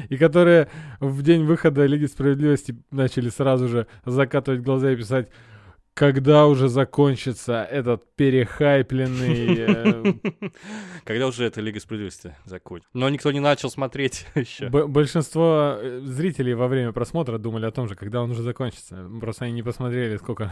и которые в день выхода Лиги Справедливости начали сразу же закатывать глаза и писать: когда уже закончится этот перехайпленный... Когда уже эта Лига Справедливости закончится. Но никто не начал смотреть еще. Большинство зрителей во время просмотра думали о том же, когда он уже закончится. Просто они не посмотрели, сколько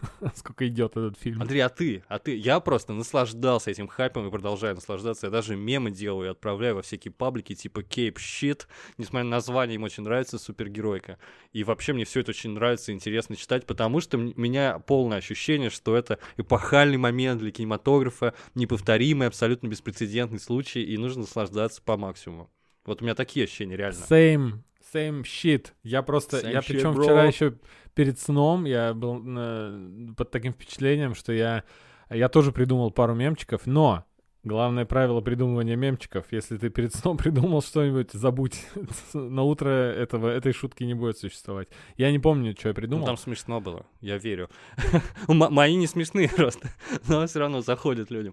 идет этот фильм. Андрей, а ты? Я просто наслаждался этим хайпом и продолжаю наслаждаться. Я даже мемы делаю и отправляю во всякие паблики типа Cape Shit. Несмотря на название, им очень нравится супергеройка. И вообще мне все это очень нравится и интересно читать, потому что у меня полное ощущение, что это эпохальный момент для кинематографа, неповторимый, абсолютно беспрецедентный случай, и нужно наслаждаться по максимуму. Вот у меня такие ощущения, реально. Same shit. Я причем вчера еще перед сном я был под таким впечатлением, что я тоже придумал пару мемчиков, но главное правило придумывания мемчиков: если ты перед сном придумал что-нибудь, забудь. На утро этой шутки не будет существовать. Я не помню, что я придумал. Ну, там смешно было, я верю. Мои не смешные просто, но все равно заходят людям.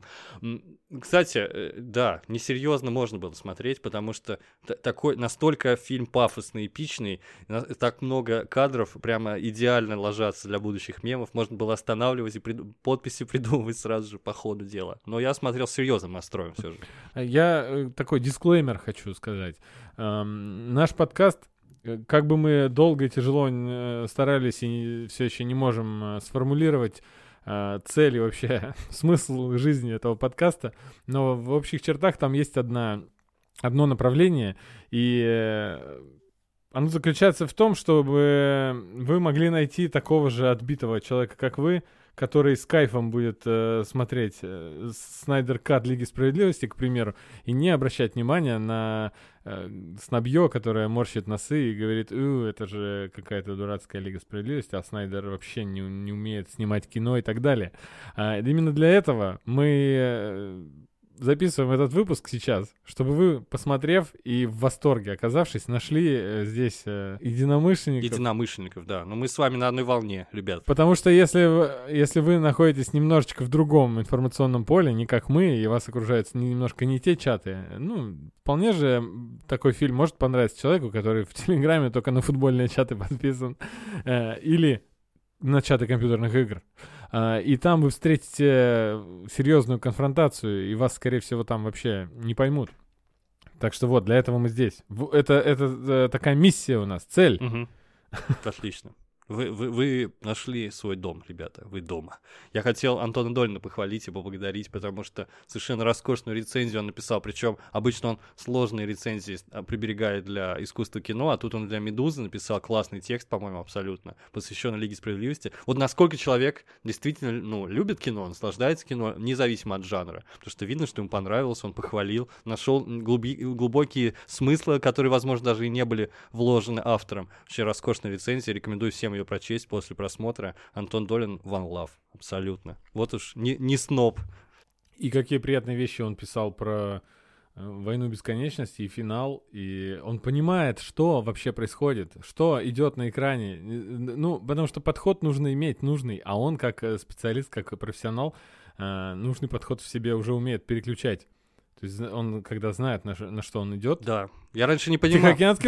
Кстати, да, несерьезно можно было смотреть, потому что такой настолько фильм пафосный, эпичный, так много кадров прямо идеально ложатся для будущих мемов. Можно было останавливать и подписи придумывать сразу же по ходу дела. Но я смотрел серьезным настроем все же. Я такой дисклеймер хочу сказать. Наш подкаст, как бы мы долго и тяжело старались и все еще не можем сформулировать цель и вообще смысл жизни этого подкаста, но в общих чертах там есть одно направление, и оно заключается в том, чтобы вы могли найти такого же отбитого человека, как вы, который с кайфом будет смотреть Снайдер Кат Лиги Справедливости, к примеру, и не обращать внимания на снобье, которое морщит носы и говорит: это же какая-то дурацкая Лига Справедливости, а Снайдер вообще не умеет снимать кино и так далее. Именно для этого мы записываем этот выпуск сейчас, чтобы вы, посмотрев и в восторге оказавшись, нашли здесь единомышленников. Единомышленников, да. Но мы с вами на одной волне, ребят. Потому что если вы находитесь немножечко в другом информационном поле, не как мы, и вас окружают немножко не те чаты, вполне же такой фильм может понравиться человеку, который в Телеграме только на футбольные чаты подписан, или на чаты компьютерных игр. И там вы встретите серьезную конфронтацию, и вас, скорее всего, там вообще не поймут. Так что вот, для этого мы здесь. Это такая миссия у нас, цель. Отлично. Вы нашли свой дом, ребята, вы дома. Я хотел Антона Долина похвалить и поблагодарить, потому что совершенно роскошную рецензию он написал, причем обычно он сложные рецензии приберегает для искусства кино, а тут он для «Медузы» написал классный текст, по-моему, абсолютно, посвященный Лиге Справедливости. Вот насколько человек действительно, любит кино, наслаждается кино, независимо от жанра, потому что видно, что ему понравилось, он похвалил, нашел глубокие смыслы, которые, возможно, даже и не были вложены автором. Вообще роскошная рецензия, рекомендую всем ее прочесть после просмотра. Антон Долин, One Love, абсолютно. Вот уж не сноб. И какие приятные вещи он писал про «Войну бесконечности» и финал, и он понимает, что вообще происходит, что идет на экране. Потому что подход нужно иметь, а он как специалист, как профессионал, нужный подход в себе уже умеет переключать. То есть он, когда знает, на что он идет... Да, я раньше не понимал. Тихоокеанский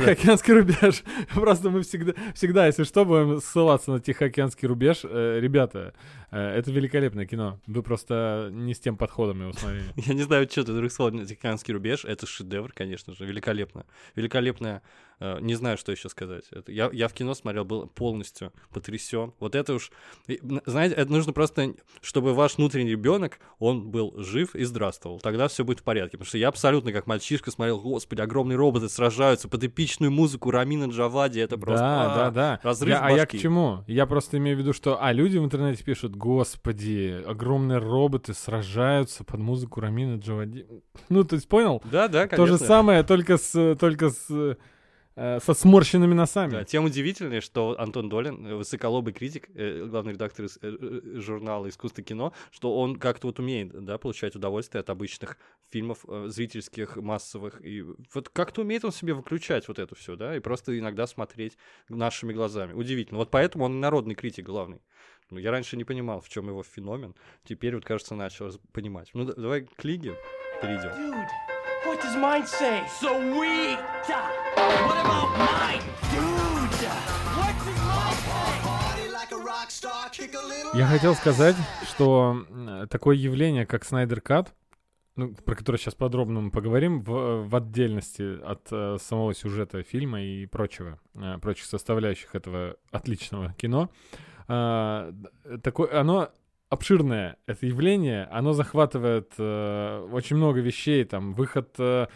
рубеж. Просто мы всегда, если что, будем ссылаться на Тихоокеанский рубеж. Ребята, это великолепное кино. Вы просто не с тем подходом его смотрели. Я не знаю, что ты вдруг сказал на Тихоокеанский рубеж. Это шедевр, конечно же. Великолепно. Не знаю, что еще сказать. Я в кино смотрел, был полностью потрясен. Вот это уж... Знаете, это нужно просто, чтобы ваш внутренний ребенок, он был жив и здравствовал. Тогда все будет в порядке. Потому что я абсолютно как мальчишка смотрел: господи, огромные роботы сражаются под эпичную музыку Рамина Джавади. Это просто разрыв башки. Я к чему? Я просто имею в виду, что люди в интернете пишут: господи, огромные роботы сражаются под музыку Рамина Джавади. То есть понял? Да, конечно. То же самое, только со сморщенными носами. Да, тем удивительнее, что Антон Долин, высоколобый критик, главный редактор журнала «Искусство кино», что он как-то вот умеет, получать удовольствие от обычных фильмов зрительских, массовых. И вот как-то умеет он себе выключать вот это все, и просто иногда смотреть нашими глазами. Удивительно. Вот поэтому он народный критик главный. Я раньше не понимал, в чем его феномен. Теперь вот, кажется, начал понимать. Давай к Лиге перейдем. Dude, what does mine say? Sweet! Я хотел сказать, что такое явление, как Снайдер Кат, ну, про которое сейчас подробно мы поговорим, в отдельности от самого сюжета фильма и прочих составляющих этого отличного кино, оно обширное, это явление, оно захватывает очень много вещей, там, выход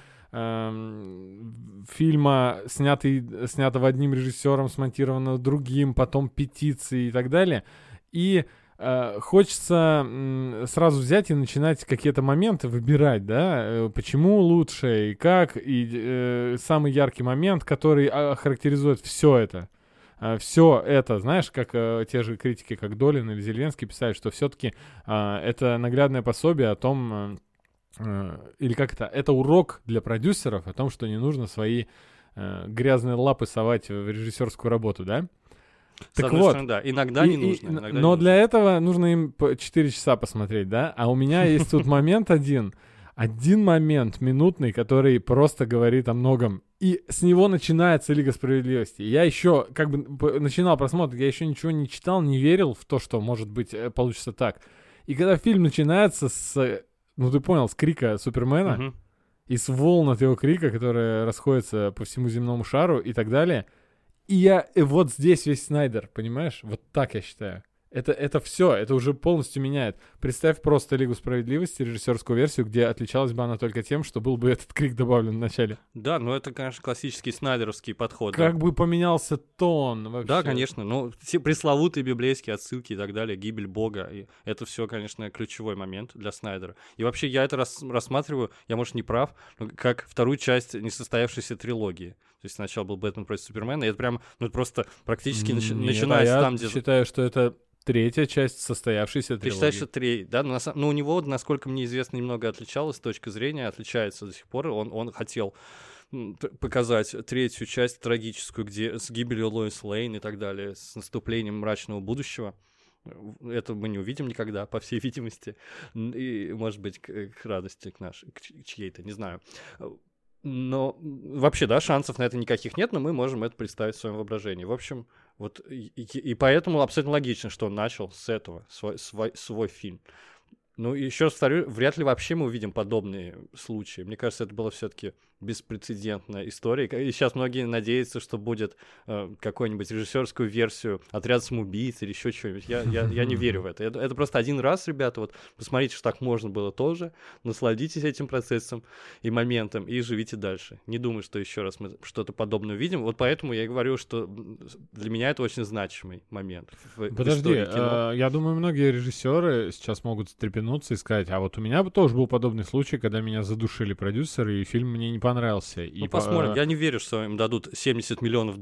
фильма, снятого одним режиссером, смонтированного другим, потом петиции и так далее. И хочется сразу взять и начинать какие-то моменты выбирать, да, почему лучше и как, и самый яркий момент, который характеризует все это. Все это, знаешь, как те же критики, как Долин или Зеленский писали, что все-таки это наглядное пособие о том, или как это урок для продюсеров о том, что не нужно свои грязные лапы совать в режиссерскую работу, да? Так вот, стороны, да, иногда не нужно. Но не нужно. Для этого нужно им 4 часа посмотреть, да? А у меня есть тут момент один момент минутный, который просто говорит о многом. И с него начинается Лига Справедливости. Я еще как бы начинал просмотр, я еще ничего не читал, не верил в то, что может быть получится так. И когда фильм начинается ну ты понял, с крика Супермена и с волн от его крика, которые расходятся по всему земному шару и так далее. И вот здесь весь Снайдер, понимаешь? Вот так я считаю. Это все, это уже полностью меняет. Представь просто Лигу Справедливости, режиссерскую версию, где отличалась бы она только тем, что был бы этот крик добавлен в начале. Да, но это, конечно, классический снайдеровский подход. Как бы поменялся тон вообще. Да, конечно, ну, все пресловутые библейские отсылки и так далее, гибель Бога, и это все, конечно, ключевой момент для Снайдера. И вообще я это рассматриваю, я, может, не прав, но как вторую часть несостоявшейся трилогии. То есть сначала был Бэтмен против Супермена, и это прям, ну, это просто практически начинается там, где... Я считаю, что это... Третья часть состоявшейся трилогии. Ты считаешь, что да? Но у него, насколько мне известно, немного отличалась точка зрения, отличается до сих пор. Он хотел показать третью часть трагическую, где с гибелью Лоис Лейн и так далее, с наступлением мрачного будущего. Это мы не увидим никогда, по всей видимости. И, может быть, к радости к чьей-то, не знаю. Но вообще, да, шансов на это никаких нет, но мы можем это представить в своем воображении. В общем, вот и поэтому абсолютно логично, что он начал с этого свой фильм. Ну, еще раз повторю, вряд ли вообще мы увидим подобные случаи. Мне кажется, это была все-таки беспрецедентная история. И сейчас многие надеются, что будет какую-нибудь режиссерскую версию «Отряд самоубийц» или еще что-нибудь. Я не верю в это. Это просто один раз, ребята, вот посмотрите, что так можно было тоже. Насладитесь этим процессом и моментом, и живите дальше. Не думаю, что еще раз мы что-то подобное увидим. Вот поэтому я и говорю, что для меня это очень значимый момент в истории кино. Я думаю, многие режиссеры сейчас могут встрепенуться и сказать, а вот у меня бы тоже был подобный случай, когда меня задушили продюсеры, и фильм мне не понравился. Ну, посмотрим. Я не верю, что им дадут $70 миллионов,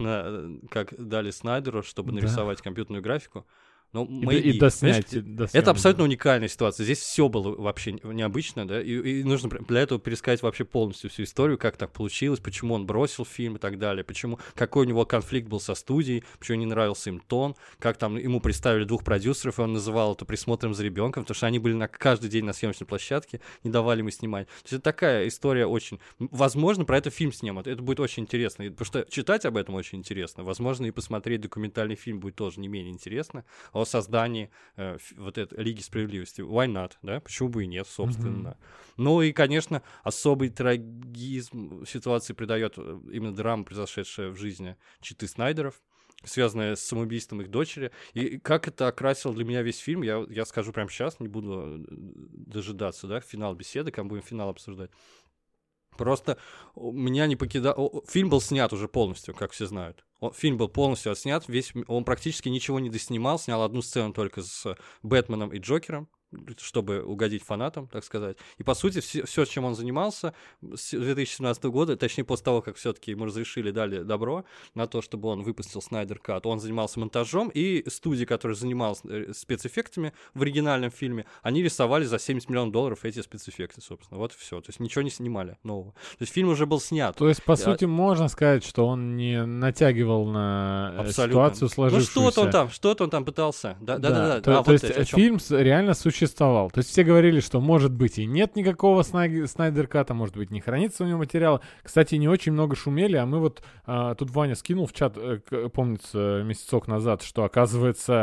как дали Снайдеру, чтобы нарисовать компьютерную графику. Но и доснять. Это абсолютно уникальная ситуация. Здесь все было вообще необычно, да, и нужно для этого пересказать вообще полностью всю историю, как так получилось, почему он бросил фильм и так далее, какой у него конфликт был со студией, почему не нравился им тон, как там ему представили 2 продюсеров, и он называл это присмотром за ребенком, потому что они были каждый день на съемочной площадке, не давали ему снимать. То есть это такая история очень... Возможно, про это фильм снимут, это будет очень интересно, потому что читать об этом очень интересно. Возможно, и посмотреть документальный фильм будет тоже не менее интересно. О создании вот этой Лиги Справедливости. Why not, да? Почему бы и нет, собственно. Ну и, конечно, особый трагизм ситуации придает именно драма, произошедшая в жизни читы Снайдеров, связанная с самоубийством их дочери. И как это окрасило для меня весь фильм, я скажу прямо сейчас, не буду дожидаться, да, финал беседы, когда будем финал обсуждать. Просто меня не покидал... Фильм был снят уже полностью, как все знают. Фильм был полностью отснят, он практически ничего не доснимал, снял одну сцену только с Бэтменом и Джокером, чтобы угодить фанатам, так сказать. И, по сути, все, чем он занимался с 2017 года, точнее, после того, как все-таки ему разрешили, дали добро на то, чтобы он выпустил Снайдер Кат, он занимался монтажом, и студия, которая занималась спецэффектами в оригинальном фильме, они рисовали за $70 миллионов эти спецэффекты, собственно. Вот и все. То есть ничего не снимали нового. То есть фильм уже был снят. То есть, по сути, можно сказать, что он не натягивал на ситуацию сложившуюся. Ну, что-то он там пытался. Да. То есть фильм реально существовал. То есть все говорили, что может быть и нет никакого Снайдер Ката, может быть не хранится у него материала. Кстати, не очень много шумели, а мы вот тут Ваня скинул в чат, помнится, месяцок назад, что оказывается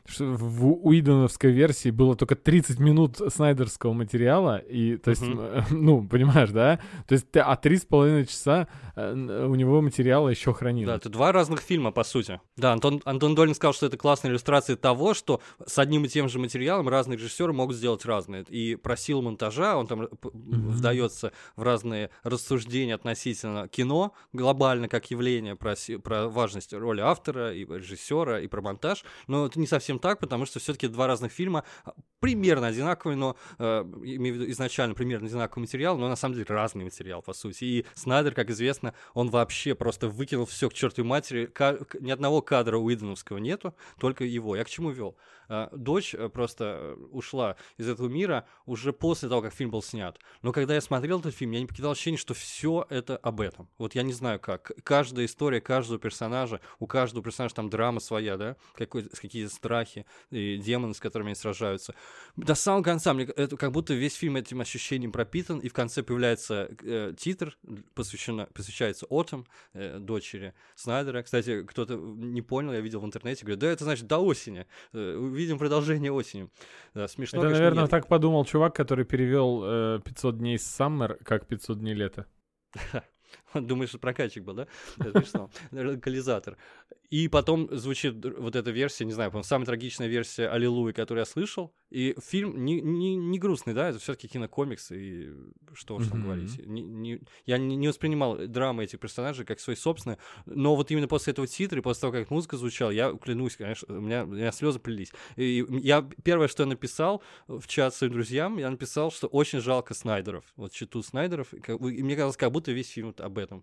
что в уидоновской версии было только 30 минут снайдерского материала, и, то есть, ну, понимаешь, да? То есть, 3,5 часа у него материала еще хранилось. Да, это 2 разных фильма, по сути. Да, Антон Долин сказал, что это классная иллюстрация того, что с одним и тем же материалом разные режиссеры могут сделать разные. И про силу монтажа, он там вдается в разные рассуждения относительно кино, глобально как явление, про важность роли автора и режиссера, и про монтаж. Но это не совсем так, потому что все-таки 2 разных фильма примерно одинаковые, но имею в виду изначально примерно одинаковый материал, но на самом деле разный материал, по сути. И Снайдер, как известно, он вообще просто выкинул все к чертовой матери. Ни одного кадра уидоновского нету, только его. Я к чему вел? Дочь просто ушла из этого мира уже после того, как фильм был снят. Но когда я смотрел этот фильм, я не покидал ощущение, что все это об этом. Вот я не знаю как. Каждая история каждого персонажа, у каждого персонажа там драма своя, да, какие-то страхи и демоны, с которыми они сражаются. До самого конца мне это как будто весь фильм этим ощущением пропитан, и в конце появляется титр, посвящается Autumn, дочери Снайдера. Кстати, кто-то не понял, я видел в интернете, говорит, да, это значит до осени. Увидим продолжение осенью. Да, смешно, это, конечно, наверное, нет. Так подумал чувак, который перевел 500 дней Summer как 500 дней лета. Думаешь, что прокатчик был, да? Это смешно. Локализатор. И потом звучит вот эта версия, не знаю, по-моему, самая трагичная версия «Аллилуйя», которую я слышал. И фильм не грустный, да? Это все-таки кинокомикс, и что уж там говорить. Я не воспринимал драмы этих персонажей как свои собственные, но вот именно после этого титра, и после того, как музыка звучала, я клянусь, конечно, у меня слезы полились. И первое, что я написал в чат своим друзьям, я написал, что очень жалко Снайдеров. Вот читу Снайдеров, и мне казалось, как будто весь фильм об этом.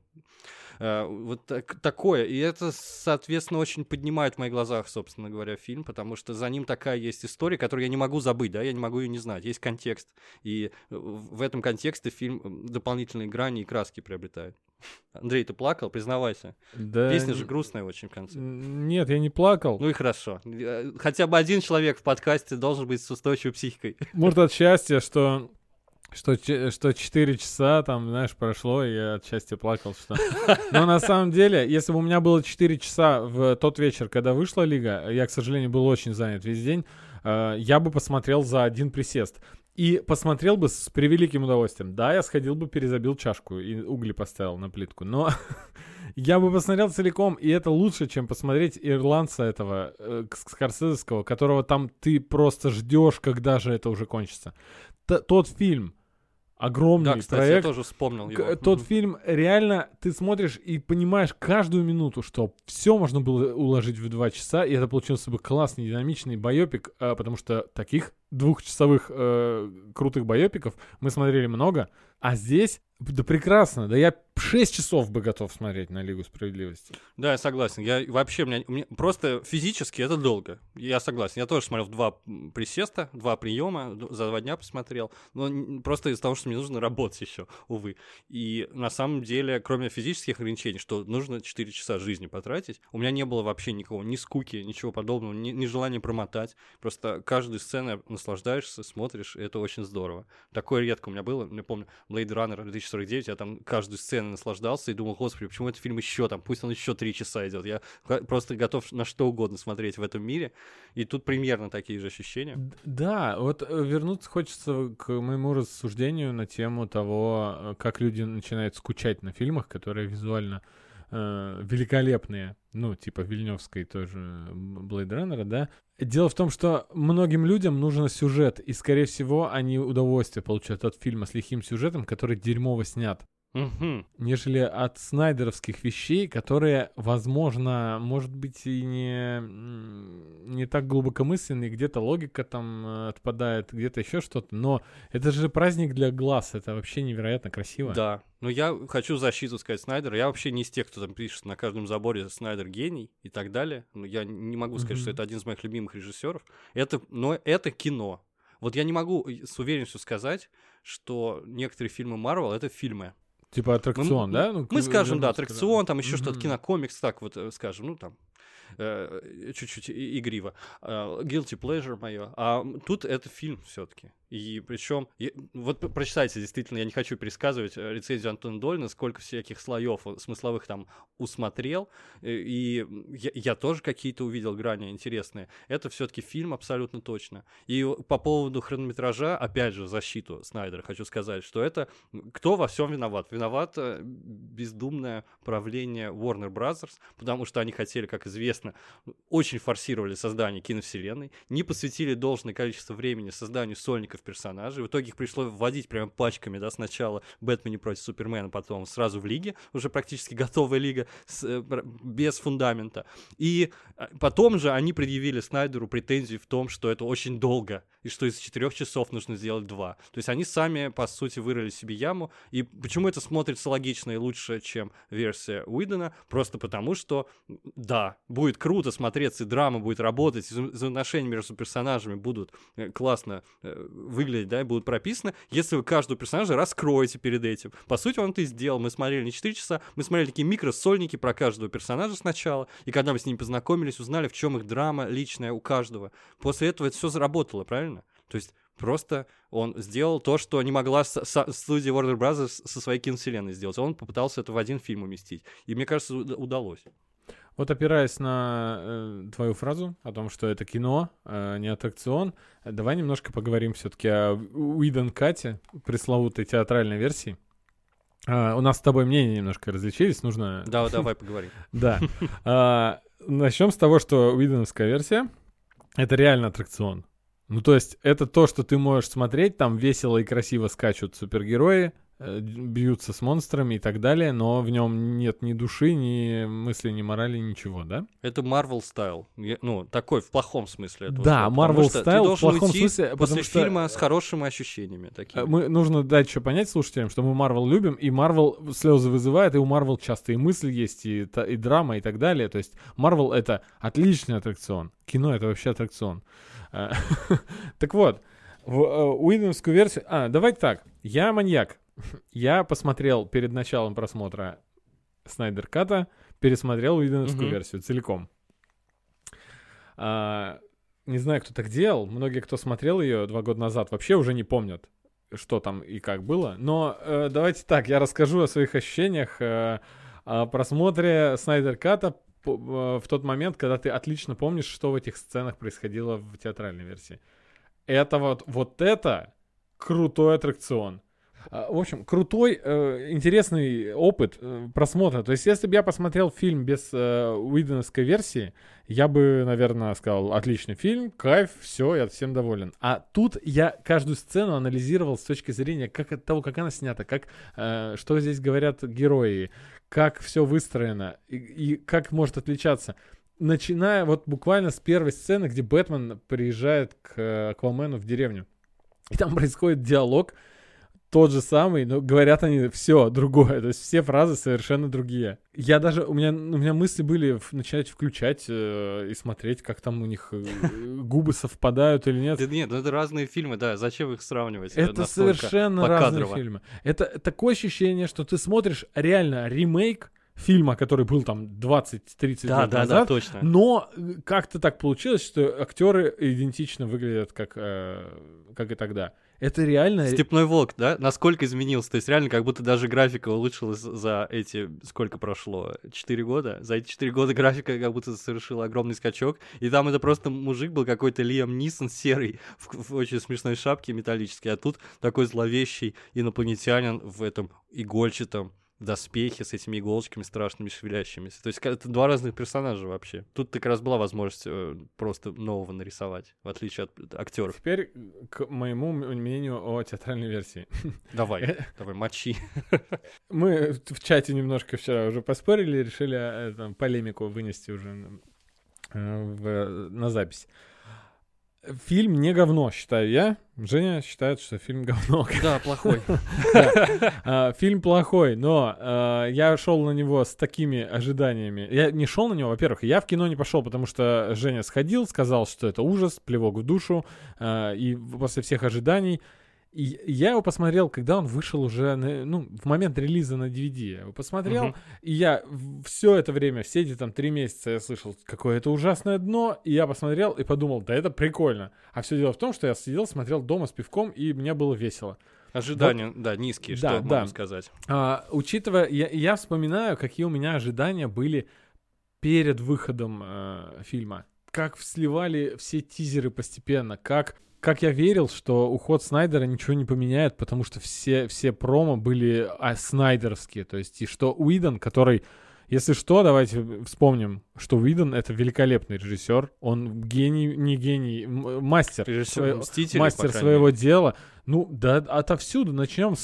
Вот такое. И это, соответственно, очень поднимает в моих глазах, собственно говоря, фильм, потому что за ним такая есть история, которую я не могу забыть, да, я не могу ее не знать. Есть контекст. И в этом контексте фильм дополнительные грани и краски приобретает. Андрей, ты плакал? Признавайся. Да... Песня же грустная очень в конце. Нет, я не плакал. Ну и хорошо. Хотя бы один человек в подкасте должен быть с устойчивой психикой. Может, от счастья, что 4 часа, там, знаешь, прошло, и я от счастья плакал, что... Но на самом деле, если бы у меня было 4 часа в тот вечер, когда вышла Лига, я, к сожалению, был очень занят весь день, я бы посмотрел за один присест. И посмотрел бы с превеликим удовольствием. Да, я сходил бы, перезабил чашку и угли поставил на плитку, но я бы посмотрел целиком, и это лучше, чем посмотреть ирландца этого, скорсезовского, которого там ты просто ждешь, когда же это уже кончится. Тот фильм, огромный да, кстати, проект. Я тоже вспомнил его. Тот фильм, реально, ты смотришь и понимаешь каждую минуту, что все можно было уложить в 2 часа, и это получился бы классный, динамичный байопик, потому что таких 2-часовых крутых байопиков мы смотрели много, а здесь, да прекрасно, да я 6 часов бы готов смотреть на Лигу Справедливости. Да, я согласен. Я вообще, у меня просто физически это долго. Я согласен. Я тоже смотрел в 2 присеста, 2 приема, за 2 дня посмотрел. Но просто из-за того, что мне нужно работать еще, увы. И на самом деле, кроме физических ограничений, что нужно 4 часа жизни потратить, у меня не было вообще никакого, ни скуки, ничего подобного, ни желания промотать. Просто каждой сценой наслаждаешься, смотришь, и это очень здорово. Такое редко у меня было. Я помню, Blade Runner 2049, я там каждую сцену наслаждался и думал, господи, почему этот фильм еще там, пусть он еще 3 часа идет. Я просто готов на что угодно смотреть в этом мире. И тут примерно такие же ощущения. Да, вот вернуться хочется к моему рассуждению на тему того, как люди начинают скучать на фильмах, которые визуально великолепные, ну, типа Вильнёвской тоже Blade Runner, да. Дело в том, что многим людям нужен сюжет, и, скорее всего, они удовольствие получают от фильма с лихим сюжетом, который дерьмово снят. Нежели от снайдеровских вещей, которые, возможно, может быть, и не так глубокомысленные, где-то логика там отпадает, где-то еще что-то, но это же праздник для глаз, это вообще невероятно красиво. Да, но я хочу защиту сказать Снайдера, я вообще не из тех, кто там пишет на каждом заборе «Снайдер гений» и так далее, но я не могу сказать, что это один из моих любимых режиссеров, но это кино. Вот я не могу с уверенностью сказать, что некоторые фильмы Марвел — это фильмы. Типа аттракцион, да? Мы скажем, да, аттракцион, там еще что-то, кинокомикс, так вот скажем, ну там, чуть-чуть игриво. Guilty pleasure мое. А тут это фильм все-таки. И причем, вот прочитайте, действительно, я не хочу пересказывать рецензию Антона Долина, сколько всяких слоев смысловых там усмотрел, и я тоже какие-то увидел грани интересные. Это все-таки фильм абсолютно точно. И по поводу хронометража, опять же, в защиту Снайдера хочу сказать, что это кто во всем виноват? Виноват бездумное правление Warner Brothers, потому что они хотели, как известно, очень форсировали создание киновселенной, не посвятили должное количество времени созданию сольников персонажей. В итоге их пришлось вводить прям пачками, да, сначала Бэтмене против Супермена, потом сразу в Лиге, уже практически готовая Лига без фундамента. И потом же они предъявили Снайдеру претензии в том, что это очень долго, и что из 4 часов нужно сделать 2. То есть они сами, по сути, вырыли себе яму. И почему это смотрится логично и лучше, чем версия Уидона? Просто потому, что, да, будет круто смотреться, и драма будет работать, и взаимоотношения между персонажами будут классно выглядеть, да, и будут прописаны, если вы каждого персонажа раскроете перед этим. По сути, он это и сделал. Мы смотрели не 4 часа, мы смотрели такие микросольники про каждого персонажа сначала, и когда мы с ними познакомились, узнали, в чем их драма личная у каждого. После этого это все заработало, правильно? То есть просто он сделал то, что не могла студия Warner Bros. Со своей киновселенной сделать. Он попытался это в один фильм уместить. И мне кажется, удалось. Вот опираясь на твою фразу о том, что это кино, не аттракцион, давай немножко поговорим все-таки о Уидон-кате, пресловутой театральной версии. У нас с тобой мнения немножко различились, нужно... Да, давай поговорим. Да. Начнем с того, что Уидоновская версия — это реально аттракцион. Ну, то есть это то, что ты можешь смотреть, там весело и красиво скачут супергерои, бьются с монстрами и так далее, но в нем нет ни души, ни мысли, ни морали, ничего, да? Это Marvel стайл, ну, такой в плохом смысле этого да, слова. Marvel стайл в плохом смысле, после потому что фильма с хорошими ощущениями такими. Нужно дать еще понять слушателям, что мы Marvel любим, и Marvel слезы вызывает, и у Marvel часто и мысли есть, и драма, и так далее. То есть Marvel — это отличный аттракцион, кино — это вообще аттракцион. Так вот, в Уидоновскую версию... давайте так, я маньяк. Я посмотрел перед началом просмотра Снайдер Ката, пересмотрел Уидоновскую версию целиком. Не знаю, кто так делал. Многие, кто смотрел ее 2 года назад, вообще уже не помнят, что там и как было. Но давайте так, я расскажу о своих ощущениях о просмотре Снайдер Ката в тот момент, когда ты отлично помнишь, что в этих сценах происходило в театральной версии. Это вот это крутой аттракцион. В общем, крутой, интересный опыт просмотра. То есть, если бы я посмотрел фильм без уидоновской версии, я бы, наверное, сказал: отличный фильм, кайф, все, я всем доволен. А тут я каждую сцену анализировал с точки зрения того, как она снята, что здесь говорят герои, как все выстроено и как может отличаться. Начиная вот буквально с первой сцены, где Бэтмен приезжает к Аквамену в деревню. И там происходит диалог тот же самый, но говорят они все другое. То есть все фразы совершенно другие. У меня мысли были начать включать и смотреть, как там у них губы совпадают или нет. Нет, это разные фильмы, да, зачем их сравнивать? Это совершенно разные фильмы. Это такое ощущение, что ты смотришь реально ремейк фильма, который был там 20-30 лет назад, да, точно. Но как-то так получилось, что актеры идентично выглядят, как и тогда. Это реально... «Степной волк», да? Насколько изменился? То есть реально как будто даже графика улучшилась за эти... Сколько прошло? 4 года? За эти 4 года графика как будто совершила огромный скачок. И там это просто мужик был какой-то Лиам Нисон серый в очень смешной шапке металлической. А тут такой зловещий инопланетянин в этом игольчатом доспехи с этими иголочками страшными шевелящимися. То есть это 2 разных персонажа вообще. Тут как раз была возможность просто нового нарисовать, в отличие от актеров. Теперь к моему мнению о театральной версии. Давай, мочи. Мы в чате немножко вчера уже поспорили, решили полемику вынести уже на запись. Фильм не говно, считаю я. Женя считает, что фильм говно. Да, плохой. Фильм плохой, но я шел на него с такими ожиданиями. Я не шел на него, во-первых, я в кино не пошел, потому что Женя сходил, сказал, что это ужас, плевок в душу, и после всех ожиданий. И я его посмотрел, когда он вышел уже, в момент релиза на DVD. Я его посмотрел, и я все это время, все эти там 3 месяца я слышал, какое это ужасное дно, и я посмотрел и подумал, да это прикольно. А все дело в том, что я сидел, смотрел дома с пивком, и мне было весело. Ожидания, вот, да, низкие, что можно сказать. Учитывая, я вспоминаю, какие у меня ожидания были перед выходом фильма. Как сливали все тизеры постепенно, как я верил, что уход Снайдера ничего не поменяет, потому что все промо были снайдеровские. То есть, и что Уидон, который, если что, давайте вспомним, что Уидон — это великолепный режиссер. Он гений, не гений, мастер, мастер своего дела. Ну, да, отовсюду. Начнем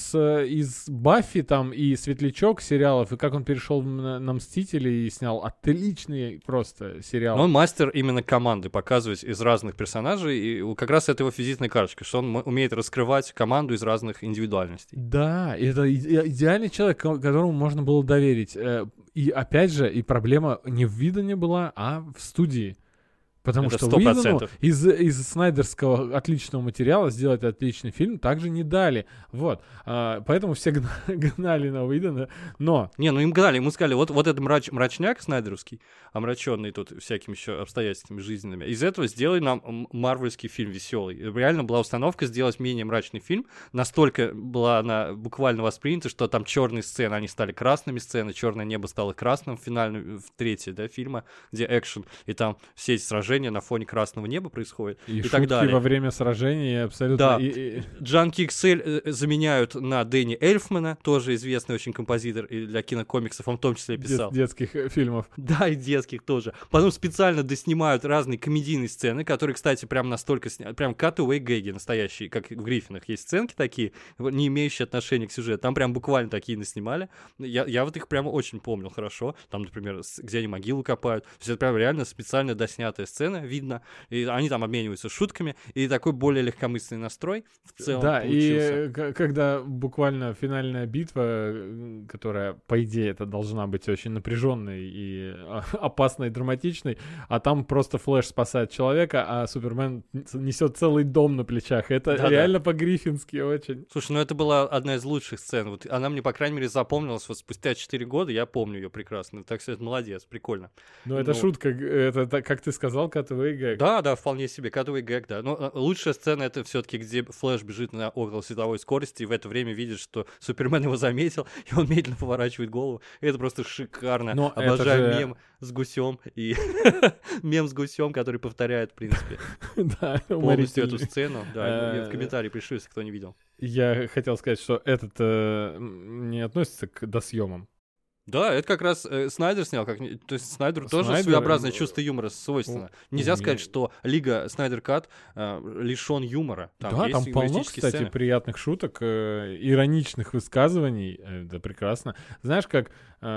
из Баффи там и Светлячок сериалов, и как он перешел на Мстителей и снял отличный просто сериал. Но он мастер именно команды показывать из разных персонажей, и как раз это его визитная карточка, что он умеет раскрывать команду из разных индивидуальностей. Да, это идеальный человек, которому можно было доверить. И опять же, и проблема не в Видоне была, а в студии. Потому это что 100%. Уидону из снайдерского отличного материала сделать отличный фильм также не дали. Вот. Поэтому все гнали на Уидона. Но... Не, ну им гнали, ему сказали, вот этот мрачняк снайдеровский, омраченный тут всякими еще обстоятельствами жизненными, из этого сделай нам марвельский фильм веселый. Реально была установка сделать менее мрачный фильм. Настолько была она буквально воспринята, что там черные сцены, они стали красными сцены, черное небо стало красным в третьей, да, фильма, где экшен, и там все эти сражения на фоне красного неба происходит и шутки так далее. Во время сражений абсолютно... Да. Джанки XL заменяют на Дэнни Эльфмана, тоже известный очень композитор и для кинокомиксов, он в том числе писал. Детских фильмов. Да, и детских тоже. Потом специально доснимают разные комедийные сцены, которые, кстати, прям настолько прям cutaway гэги настоящие, как в Гриффинах есть сценки такие, не имеющие отношения к сюжету. Там прям буквально такие наснимали. Я вот их прямо очень помнил хорошо. Там, например, где они могилу копают. То есть это прям реально специально доснятая сцена, видно, и они там обмениваются шутками, и такой более легкомысленный настрой в целом получился. И когда буквально финальная битва, которая, по идее, это должна быть очень напряженной и опасной, драматичной, а там просто Флэш спасает человека, а Супермен несет целый дом на плечах. Это реально по-гриффински очень. Слушай, ну это была одна из лучших сцен. Вот она мне, по крайней мере, запомнилась вот спустя 4 года, я помню ее прекрасно. Так сказать, молодец, прикольно. Ну это шутка, это, как ты сказал, cutaway gag. Да, вполне себе, cutaway gag, да. Но лучшая сцена — это все-таки, где Флэш бежит на около световой скорости, и в это время видит, что Супермен его заметил, и он медленно поворачивает голову. И это просто шикарно. Но обожаю мем с гусем, и мем с гусем, который повторяет, в принципе, полностью эту сцену. Да, в комментарии пришлю, если кто не видел. Я хотел сказать, что этот не относится к досъемам. Да, это как раз Снайдер снял, то есть Снайдеру тоже своеобразное чувство юмора свойственно. Нельзя сказать, что Лига Снайдер Кат лишен юмора. Там полно, кстати, сцены. Приятных шуток, ироничных высказываний. Это прекрасно. Знаешь, как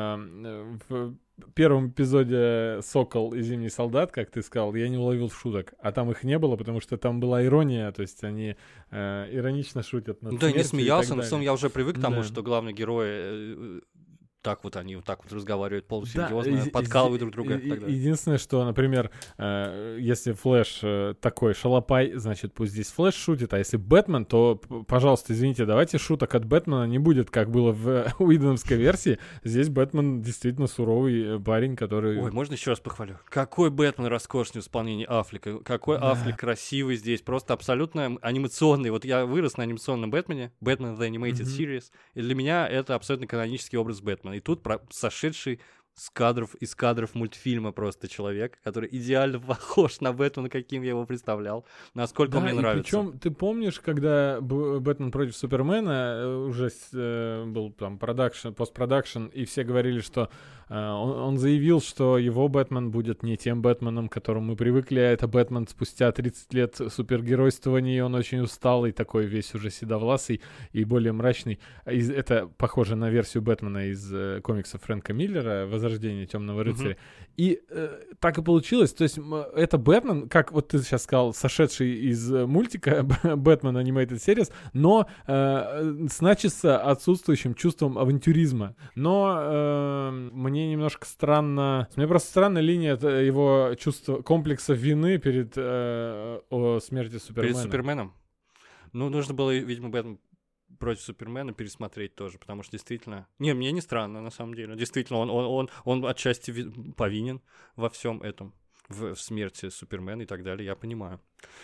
в первом эпизоде «Сокол и Зимний солдат», как ты сказал, я не уловил шуток, а там их не было, потому что там была ирония, то есть они иронично шутят над смертью. Да, не смеялся, но я уже привык к тому, что главный герой... они вот так вот разговаривают полусерьезно, подкалывают друг друга. Единственное, что, например, если Флэш такой шалопай, значит, пусть здесь Флэш шутит, а если Бэтмен, то, пожалуйста, извините, давайте шуток от Бэтмена не будет, как было в уидоновской версии. Здесь Бэтмен действительно суровый парень, который... Ой, можно еще раз похвалю? Какой Бэтмен роскошный в исполнении Аффлека, какой Аффлек красивый здесь, просто абсолютно анимационный. Вот я вырос на анимационном Бэтмене, Бэтмен The Animated Series, и для меня это абсолютно канонический образ Бэтмена. И тут сошедший из кадров мультфильма просто человек, который идеально похож на Бэтмена, каким я его представлял. Насколько мне нравится. Причем ты помнишь, когда Бэтмен против Супермена уже был там постпродакшн, и все говорили, что он заявил, что его Бэтмен будет не тем Бэтменом, к которому мы привыкли, а это Бэтмен спустя 30 лет супергеройствования, и он очень усталый, такой весь уже седовласый и более мрачный. Это похоже на версию Бэтмена из комиксов Фрэнка Миллера «Возрождение Темного рыцаря». И так и получилось. То есть это Бэтмен, как вот ты сейчас сказал, сошедший из мультика Бэтмен Animated Series, но с начисто отсутствующим чувством авантюризма. Но мне немножко странно... Мне просто странна линия его чувства, комплекса вины перед смертью Супермена. Перед Суперменом? Ну, нужно было, видимо, Бэтмен против Супермена пересмотреть тоже, потому что действительно... Не, мне не странно, на самом деле. Действительно, он отчасти повинен во всем этом, в смерти Супермена и так далее, я понимаю.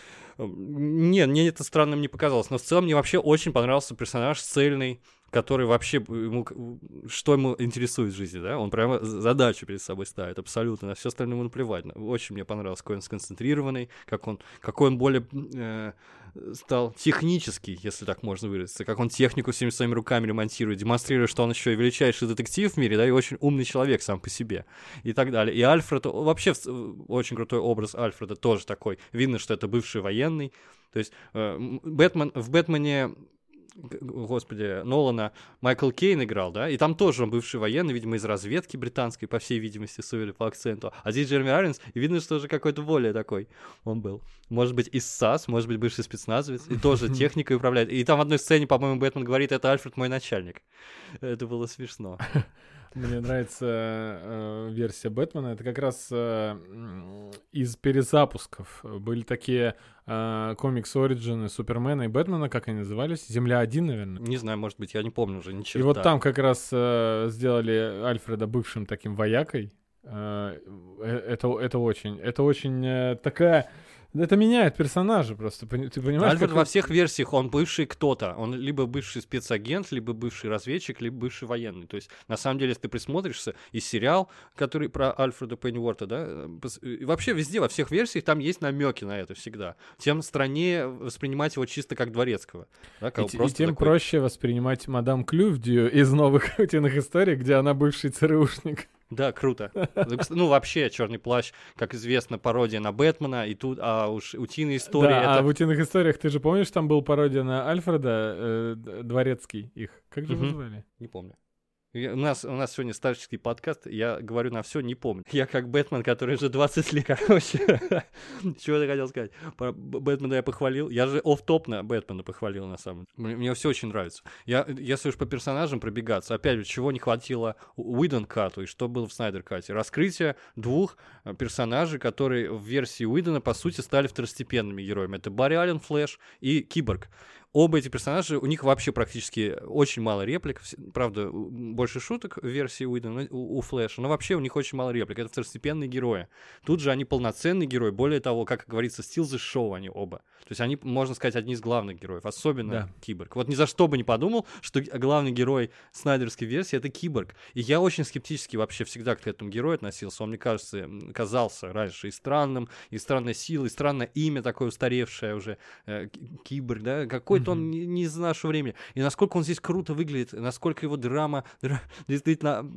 Нет, мне это странным не показалось, но в целом мне вообще очень понравился персонаж цельный, который вообще, что ему интересует в жизни, да? Он прямо задачу перед собой ставит, абсолютно, на все остальное ему наплевать. Очень мне понравилось, какой он сконцентрированный, какой он более стал технический, если так можно выразиться, как он технику всеми своими руками ремонтирует, демонстрируя, что он еще и величайший детектив в мире, да, и очень умный человек сам по себе, и так далее. И Альфред, вообще очень крутой образ Альфреда тоже такой. Видно, что это бывший военный. То есть в «Бэтмене», господи, Нолана Майкл Кейн играл, да, и там тоже он бывший военный, видимо, из разведки британской, по всей видимости, судя по акценту. А здесь Джереми Айронс, и видно, что уже какой-то более такой он был. Может быть, из САС, может быть, бывший спецназовец, и тоже техникой управляет. И там в одной сцене, по-моему, Бэтмен говорит: это Альфред мой начальник. Это было смешно. Мне нравится версия Бэтмена. Это как раз из перезапусков. Были такие комикс-ориджины Супермена и Бэтмена, как они назывались? «Земля-1», наверное. Не знаю, может быть, я не помню уже ничего. И вот там как раз сделали Альфреда бывшим таким воякой. Это очень такая... Это меняет персонажа просто, ты понимаешь? Альфред во всех версиях, он бывший кто-то. Он либо бывший спецагент, либо бывший разведчик, либо бывший военный. То есть, на самом деле, если ты присмотришься, и сериал, который про Альфреда Пенниуорта, да, и вообще везде, во всех версиях, там есть намеки на это всегда. Тем страннее воспринимать его чисто как дворецкого. Да, и тем проще воспринимать мадам Клювдию из «Новых утиных историй», где она бывший ЦРУшник. Да, круто. Ну, вообще, «Черный плащ», как известно, пародия на Бэтмена, и тут, уж «Утиные истории». Да, это... а в «Утиных историях», ты же помнишь, там был пародия на Альфреда, Дворецкий их. Как же его звали? Не помню. У нас сегодня старческий подкаст, я говорю на все, не помню. Я как Бэтмен, который уже 20 лет, короче. Чего я хотел сказать? Про Бэтмена я похвалил. Я же офф-топно Бэтмена похвалил, на самом деле. Мне все очень нравится. Если уж по персонажам пробегаться, опять же, чего не хватило Уидон-кату и что было в Снайдер-кате? Раскрытие двух персонажей, которые в версии Уидона, по сути, стали второстепенными героями. Это Барри Аллен, Флэш и Киборг. Оба эти персонажа, у них вообще практически очень мало реплик, правда, больше шуток в версии Уидона, у Флэша, но вообще у них очень мало реплик, это второстепенные герои. Тут же они полноценные герои, более того, как говорится, steal the show они оба. То есть они, можно сказать, одни из главных героев, особенно Киборг. Вот ни за что бы не подумал, что главный герой снайдерской версии — это Киборг. И я очень скептически вообще всегда к этому герою относился. Он, мне кажется, казался раньше и странным, и странной силой, и странное имя такое устаревшее уже, Киборг, да, какой-то он не из нашего времени. И насколько он здесь круто выглядит, насколько его драма действительно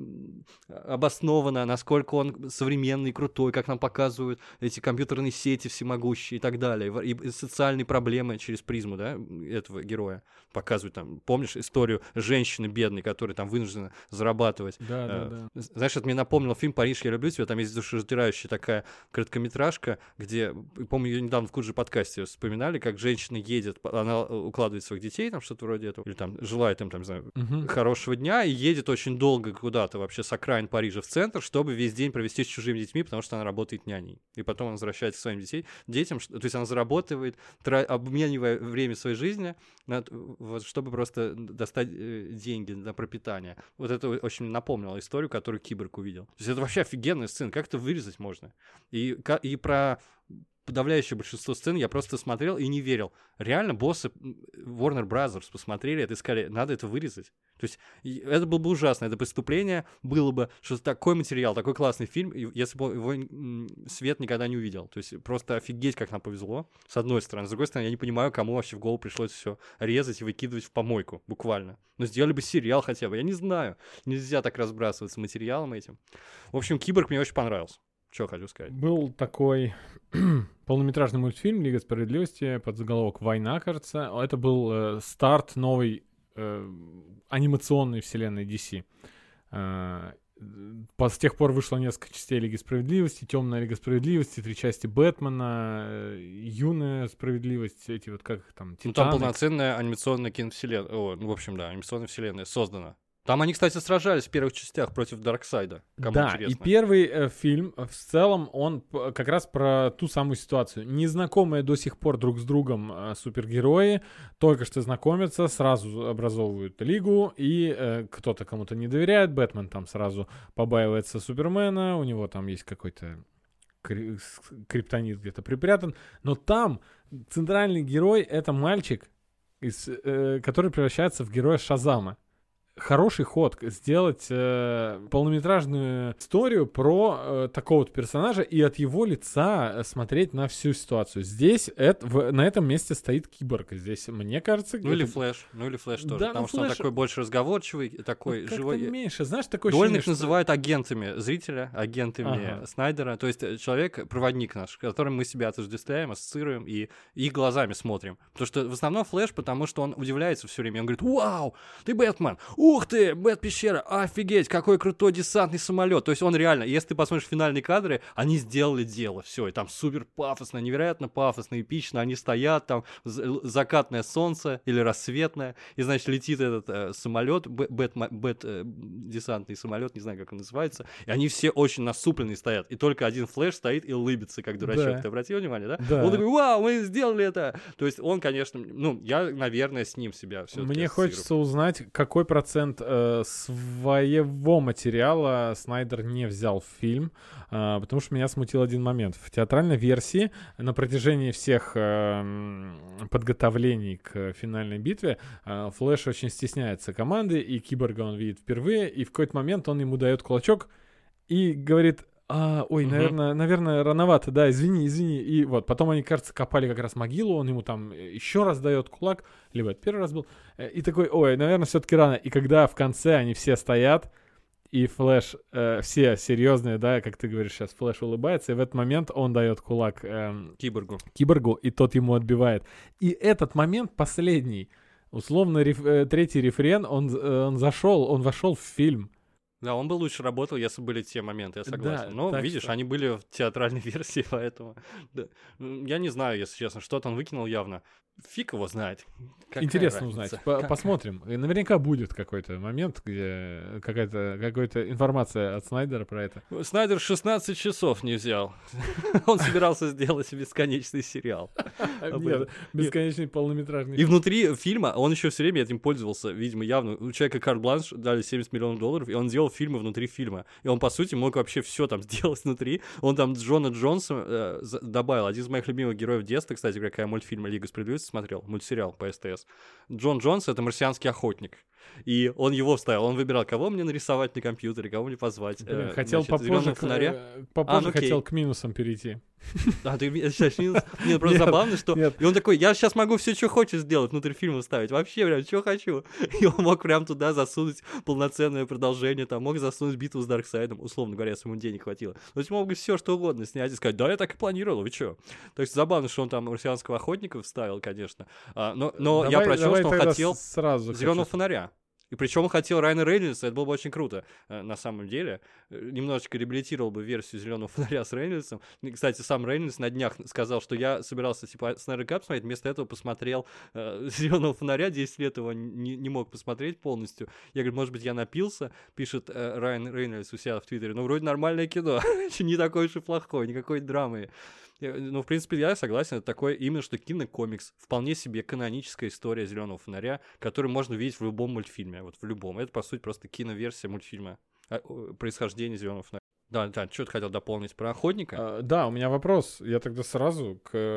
обоснована, насколько он современный, крутой, как нам показывают эти компьютерные сети всемогущие и так далее, и социальные проблемы через призму, да, этого героя показывают. Там, помнишь историю женщины бедной, которая там вынуждена зарабатывать? Да. Знаешь, это мне напомнил фильм «Париж, я люблю тебя». Там есть душераздирающая такая короткометражка, где, помню, ее недавно в Куджи подкасте вспоминали, как женщина едет, она укладывает своих детей, там что-то вроде этого, или там желает им, там, не знаю, хорошего дня, и едет очень долго куда-то вообще с окраин Парижа в центр, чтобы весь день провести с чужими детьми, потому что она работает няней. И потом она возвращается к своим детям, то есть она зарабатывает, обменивая время своей жизни, вот, чтобы просто достать деньги на пропитание. Вот это очень напомнило историю, которую Киборг увидел. То есть это вообще офигенная сцена, как это вырезать можно? И про подавляющее большинство сцен я просто смотрел и не верил. Реально боссы Warner Brothers посмотрели это и сказали, надо это вырезать. То есть это было бы ужасно, это преступление было бы, что такой материал, такой классный фильм, если бы его свет никогда не увидел. То есть просто офигеть, как нам повезло, с одной стороны. С другой стороны, я не понимаю, кому вообще в голову пришлось все резать и выкидывать в помойку, буквально. Но сделали бы сериал хотя бы, я не знаю. Нельзя так разбрасываться материалом этим. В общем, Киборг мне очень понравился. Что хочу сказать. Был такой полнометражный мультфильм «Лига справедливости» под заголовок «Война», кажется. Это был старт новой анимационной вселенной DC. С тех пор вышло несколько частей Лиги справедливости, Темная Лига справедливости, 3 части Бэтмена, Юная справедливость, эти вот как там, Титаны. Ну, там полноценная анимационная киновселенная, в общем, да, анимационная вселенная создана. Там они, кстати, сражались в первых частях против Дарксайда. Да, и первый фильм в целом, он как раз про ту самую ситуацию. Незнакомые до сих пор друг с другом супергерои только что знакомятся, сразу образовывают лигу, и кто-то кому-то не доверяет. Бэтмен там сразу побаивается Супермена, у него там есть какой-то криптонит где-то припрятан. Но там центральный герой — это мальчик, который превращается в героя Шазама. Хороший ход сделать полнометражную историю про такого вот персонажа и от его лица смотреть на всю ситуацию. Здесь на этом месте стоит Киборг. Здесь, мне кажется... Или Флэш тоже, да, потому что Флэш... он такой больше разговорчивый, такой живой. Меньше, знаешь, такой Дольных называют агентами зрителя, агентами Снайдера. То есть человек, проводник наш, которым мы себя отождествляем, ассоциируем и их глазами смотрим. Потому что в основном Флэш, потому что он удивляется все время. Он говорит: «Вау, ты Бэтмен! Ух ты, Бэт-пещера, офигеть, какой крутой десантный самолет». То есть он реально, если ты посмотришь финальные кадры, они сделали дело, все, и там супер пафосно, невероятно пафосно, эпично, они стоят, там закатное солнце или рассветное, и, значит, летит этот самолет, десантный самолет, не знаю, как он называется, и они все очень насупленные стоят, и только один Флэш стоит и улыбится, как дурачок. Да. Ты обратил внимание, да? Да. Он такой: «Вау, мы сделали это!» То есть он, конечно, я, наверное, с ним себя все-таки Мне хочется узнать, какой процент своего материала Снайдер не взял в фильм, потому что меня смутил один момент. В театральной версии на протяжении всех подготовлений к финальной битве Флэш очень стесняется команды, и Киборга он видит впервые, и в какой-то момент он ему дает кулачок и говорит: наверное, рановато, да, извини. И вот, потом они, кажется, копали как раз могилу, он ему там еще раз дает кулак, либо это первый раз был, и такой: наверное, все-таки рано. И когда в конце они все стоят, и Флэш, все серьезные, да, как ты говоришь сейчас, Флэш улыбается, и в этот момент он дает кулак Киборгу, и тот ему отбивает. И этот момент последний, условно, третий рефрен, он вошел в фильм. Да, он бы лучше работал, если были те моменты, я согласен. Да, но, видишь, они были в театральной версии, поэтому... Да. Я не знаю, если честно, что-то он выкинул явно. Фиг его знает. Какая Интересно разница? узнать. Посмотрим. И наверняка будет какой-то момент, где какая-то информация от Снайдера про это. Снайдер 16 часов не взял. Он собирался сделать бесконечный сериал. Нет, бесконечный полнометражный. И внутри фильма он еще все время этим пользовался, видимо, явно. У человека карт-бланш дали $70 миллионов, и он делал фильмы внутри фильма. И он, по сути, мог вообще все там сделать внутри. Он там Джона Джонса добавил. Один из моих любимых героев детства, кстати, какая мультфильма «Лига справедливости» смотрел, мультсериал по СТС. Джон Джонс — это марсианский охотник. И он его вставил. Он выбирал, кого мне нарисовать на компьютере, кого мне позвать. Хотел попозже хотел к минусам перейти. А, ты сейчас минус? Мне просто забавно, что... И он такой: «Я сейчас могу все, что хочешь сделать, внутрри фильма вставить. Вообще, прям, что хочу». И он мог прям туда засунуть полноценное продолжение, там, мог засунуть битву с Дарксайдом, условно говоря, если ему денег хватило. То есть мог бы все, что угодно снять и сказать: «Да, я так и планировал, вы что?» То есть забавно, что он там марсианского охотника вставил, конечно. Но я прочел, что он хотел «Зеленого фонаря». И причем он хотел Райана Рейнольдса, это было бы очень круто, на самом деле. Немножечко реабилитировал бы версию «Зеленого фонаря» с Рейнольдсом. И, кстати, сам Рейнольдс на днях сказал, что я собирался типа Снайдер Кат смотреть, вместо этого посмотрел «Зеленого фонаря», 10 лет его не мог посмотреть полностью. Я говорю: может быть, я напился, пишет Райан Рейнольдс у себя в Твиттере. Ну, вроде нормальное кино, не такое уж и плохое, никакой драмы. Ну, в принципе, я согласен, это такое именно что кинокомикс. Вполне себе каноническая история «Зеленого фонаря», которую можно видеть в любом мультфильме. Вот в любом. Это, по сути, просто киноверсия мультфильма происхождения «Зеленого фонаря». Да, что ты хотел дополнить про охотника? Да, у меня вопрос. Я тогда сразу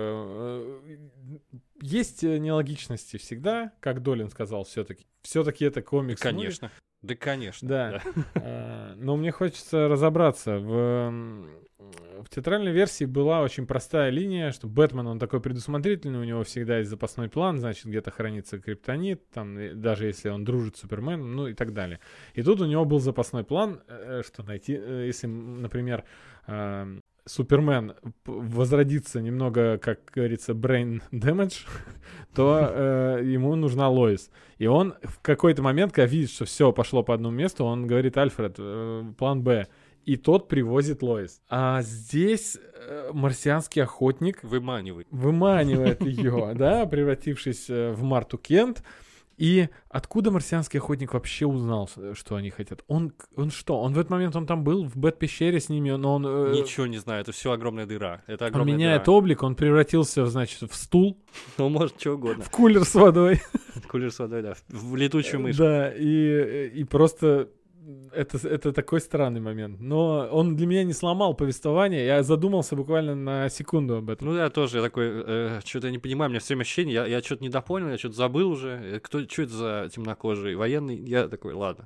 есть нелогичности всегда, как Долин сказал, все-таки это комикс. Конечно. Да, конечно. Да. Но мне хочется разобраться. В театральной версии была очень простая линия, что Бэтмен, он такой предусмотрительный, у него всегда есть запасной план, значит, где-то хранится криптонит, там, даже если он дружит с Суперменом, ну и так далее. И тут у него был запасной план, что найти, если, например, Супермен возродится немного, как говорится, brain damage, то ему нужна Лоис. И он в какой-то момент, когда видит, что все пошло по одному месту, он говорит: «Альфред, план Б». И тот привозит Лоис. А здесь марсианский охотник выманивает ее, да, превратившись в Марту Кент. И откуда марсианский охотник вообще узнал, что они хотят? Он что? Он в этот момент он там был в Бэт-пещере с ними, но он... Ничего не знаю, это все огромная дыра. Это Он огромная меняет дыра. облик, он превратился, значит, в стул, Ну, может, что угодно. в кулер с водой. Кулер с водой, да. В летучую мышь. Да, и просто это такой странный момент. Но он для меня не сломал повествование. Я задумался буквально на секунду об этом. Ну, я тоже я такой, что-то я не понимаю, у меня все время ощущение, я что-то недопонял, я что-то забыл уже. Что это за темнокожий военный? Я такой, ладно,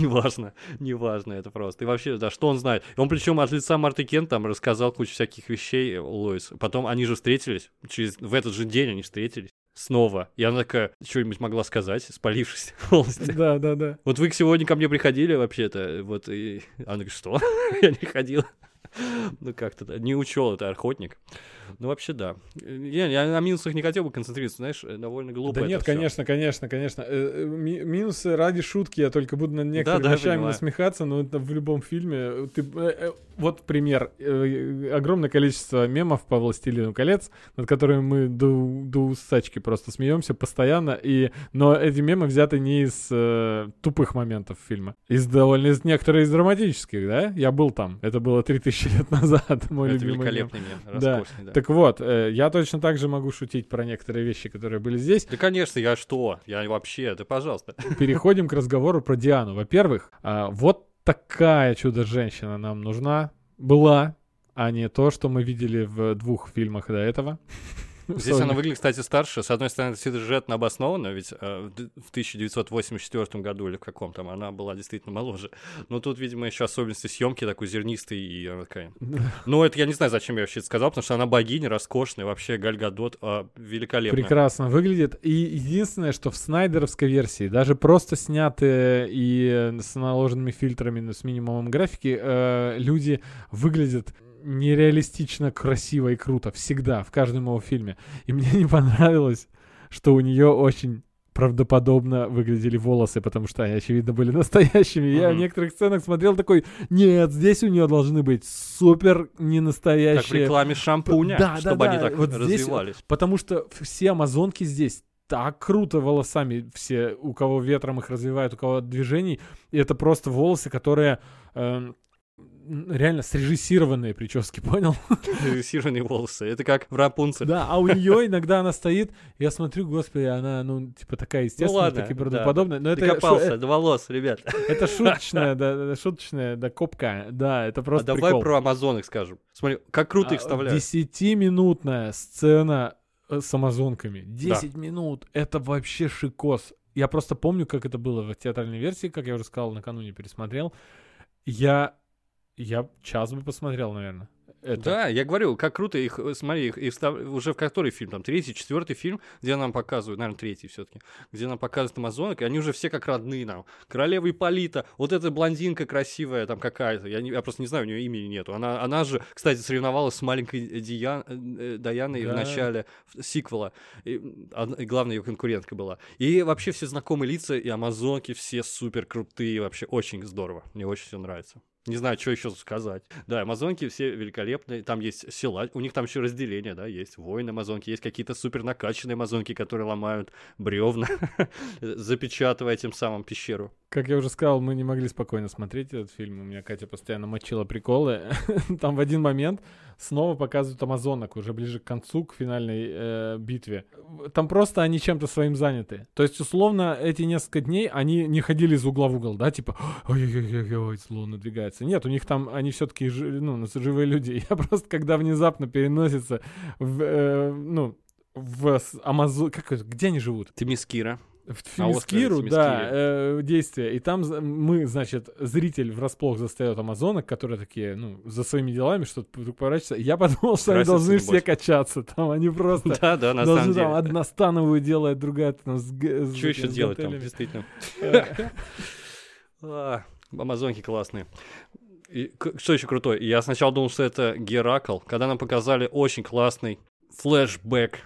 неважно это просто. И вообще, да, что он знает? И он причем от лица Марты Кент там рассказал кучу всяких вещей Лоис. Потом они же встретились, в этот же день они встретились. Снова. И она такая, что-нибудь могла сказать, спалившись полностью. Да. Вот вы сегодня ко мне приходили вообще-то, вот, и она говорит, что? Я не ходил. Ну, как-то не учел, это охотник. Ну, вообще, да. Я на минусах не хотел бы концентрироваться, знаешь, довольно глупо. Да нет, всё. конечно. Минусы ради шутки, я только буду над некоторыми вещами насмехаться, но это в любом фильме. Вот пример. Огромное количество мемов по «Властелину колец», над которыми мы до усачки просто смеемся постоянно, но эти мемы взяты не из тупых моментов фильма, из некоторых из драматических, да? Я был там. Это было 3000 лет назад, мой Это любимый мем. великолепный мем, роскошный, да. Так вот, я точно так же могу шутить про некоторые вещи, которые были здесь. Да, конечно, я что? Я вообще, да пожалуйста. Переходим к разговору про Диану. Во-первых, вот такая чудо-женщина нам была, а не то, что мы видели в 2 фильмах до этого. Здесь она выглядит, кстати, старше. С одной стороны, это сюжетно обоснованно, ведь в 1984 году или в каком там она была действительно моложе. Но тут, видимо, еще особенности съемки такой зернистой и она такая. Ну, это я не знаю, зачем я вообще это сказал, потому что она богиня, роскошная, вообще Галь Гадот великолепная. Прекрасно выглядит. И единственное, что в снайдеровской версии, даже просто снятые и с наложенными фильтрами, но с минимумом графики, люди выглядят нереалистично красиво и круто. Всегда, в каждом его фильме. И мне не понравилось, что у нее очень правдоподобно выглядели волосы, потому что они, очевидно, были настоящими. Я в некоторых сценах смотрел такой, нет, здесь у нее должны быть супер ненастоящие... Как в рекламе шампуня, чтобы они так вот развивались. Здесь, потому что все амазонки здесь так круто волосами, все, у кого ветром их развивают, у кого движений, и это просто волосы, которые... реально срежиссированные прически, понял? Срежиссированные волосы. Это как в Рапунцель. Да, а у нее иногда она стоит, я смотрю, господи, она, такая естественная, такая правдоподобная. Но Докопался до волос, ребят. Это шуточная копка. Да, это просто прикол. А давай про амазонок скажем. Смотри, как круто их вставляют. 10-минутная сцена с амазонками. 10 минут. Это вообще шикос. Я просто помню, как это было в театральной версии, как я уже сказал, накануне пересмотрел. Я час бы посмотрел, наверное. Да, я говорю, как круто их, смотри, уже в который фильм, там, 3-й, 4-й фильм, где нам показывают, наверное, 3-й все-таки, где нам показывают амазонок, и они уже все как родные нам. Королева Ипполита, вот эта блондинка красивая там какая-то, я просто не знаю, у нее имени нету. Она же, кстати, соревновалась с маленькой Даяной в начале сиквела, и главная ее конкурентка была. И вообще все знакомые лица, и амазонки все супер крутые, вообще очень здорово, мне очень все нравится. Не знаю, что еще сказать. Да, амазонки все великолепные. Там есть села, у них там еще разделение, да, есть воины амазонки, есть какие-то супер накачанные амазонки, которые ломают бревна, запечатывая тем самым пещеру. Как я уже сказал, мы не могли спокойно смотреть этот фильм. У меня Катя постоянно мочила приколы. Там в один момент снова показывают амазонок, уже ближе к концу, к финальной битве. Там просто они чем-то своим заняты. То есть, условно, эти несколько дней они не ходили из угла в угол, да, типа, ой-ой-ой, зло надвигается. Нет, у них там, они все-таки, живые люди. Я просто, когда внезапно переносится в Амазон... Где они живут? Темискира. В Темискиру, да, действия. И там мы, значит, зритель врасплох застает амазонок, которые такие, за своими делами что-то поворачиваются. Я подумал, что они должны все качаться. Там они просто... Да, на самом деле. Одна становую делает, другая там что еще делать там, действительно? Амазонки классные. И что еще крутое? Я сначала думал, что это Геракл. Когда нам показали очень классный флешбэк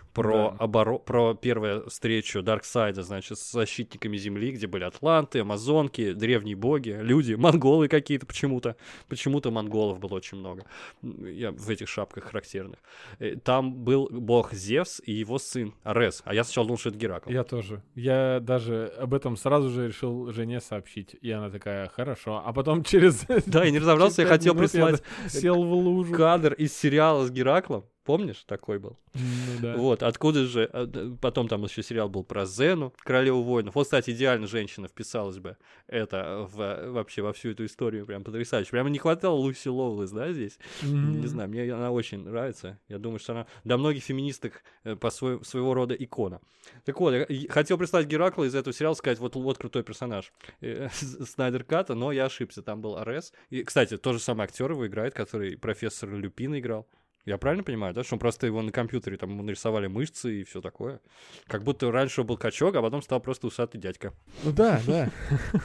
про первую встречу Дарксайда, значит, с защитниками Земли, где были атланты, амазонки, древние боги, люди, монголы какие-то почему-то. Почему-то монголов было очень много. Я в этих шапках характерных. Там был бог Зевс и его сын Арес. А я сначала думал, что это Геракл. Я тоже. Я даже об этом сразу же решил жене сообщить. И она такая, хорошо. А потом через... Да, я не разобрался, я хотел прислать сел в лужу. Кадр из сериала с Гераклом. Помнишь, такой был? Ну, да. Вот, откуда же... Потом там еще сериал был про Зену, королеву воинов. Вот, кстати, идеально женщина вписалась бы это вообще во всю эту историю. Прям потрясающе. Прямо не хватало Луси Лоулес, да, здесь? Не знаю, мне она очень нравится. Я думаю, что она для многих феминисток своего рода икона. Так вот, я хотел прислать Геракла из этого сериала, сказать, вот крутой персонаж Снайдер Ката, но я ошибся. Там был Арес. И, кстати, тот же самый актер его играет, который профессор Люпина играл. Я правильно понимаю, да? Что просто его на компьютере там нарисовали мышцы и все такое. Как будто раньше был качок, а потом стал просто усатый дядька. Ну да, да.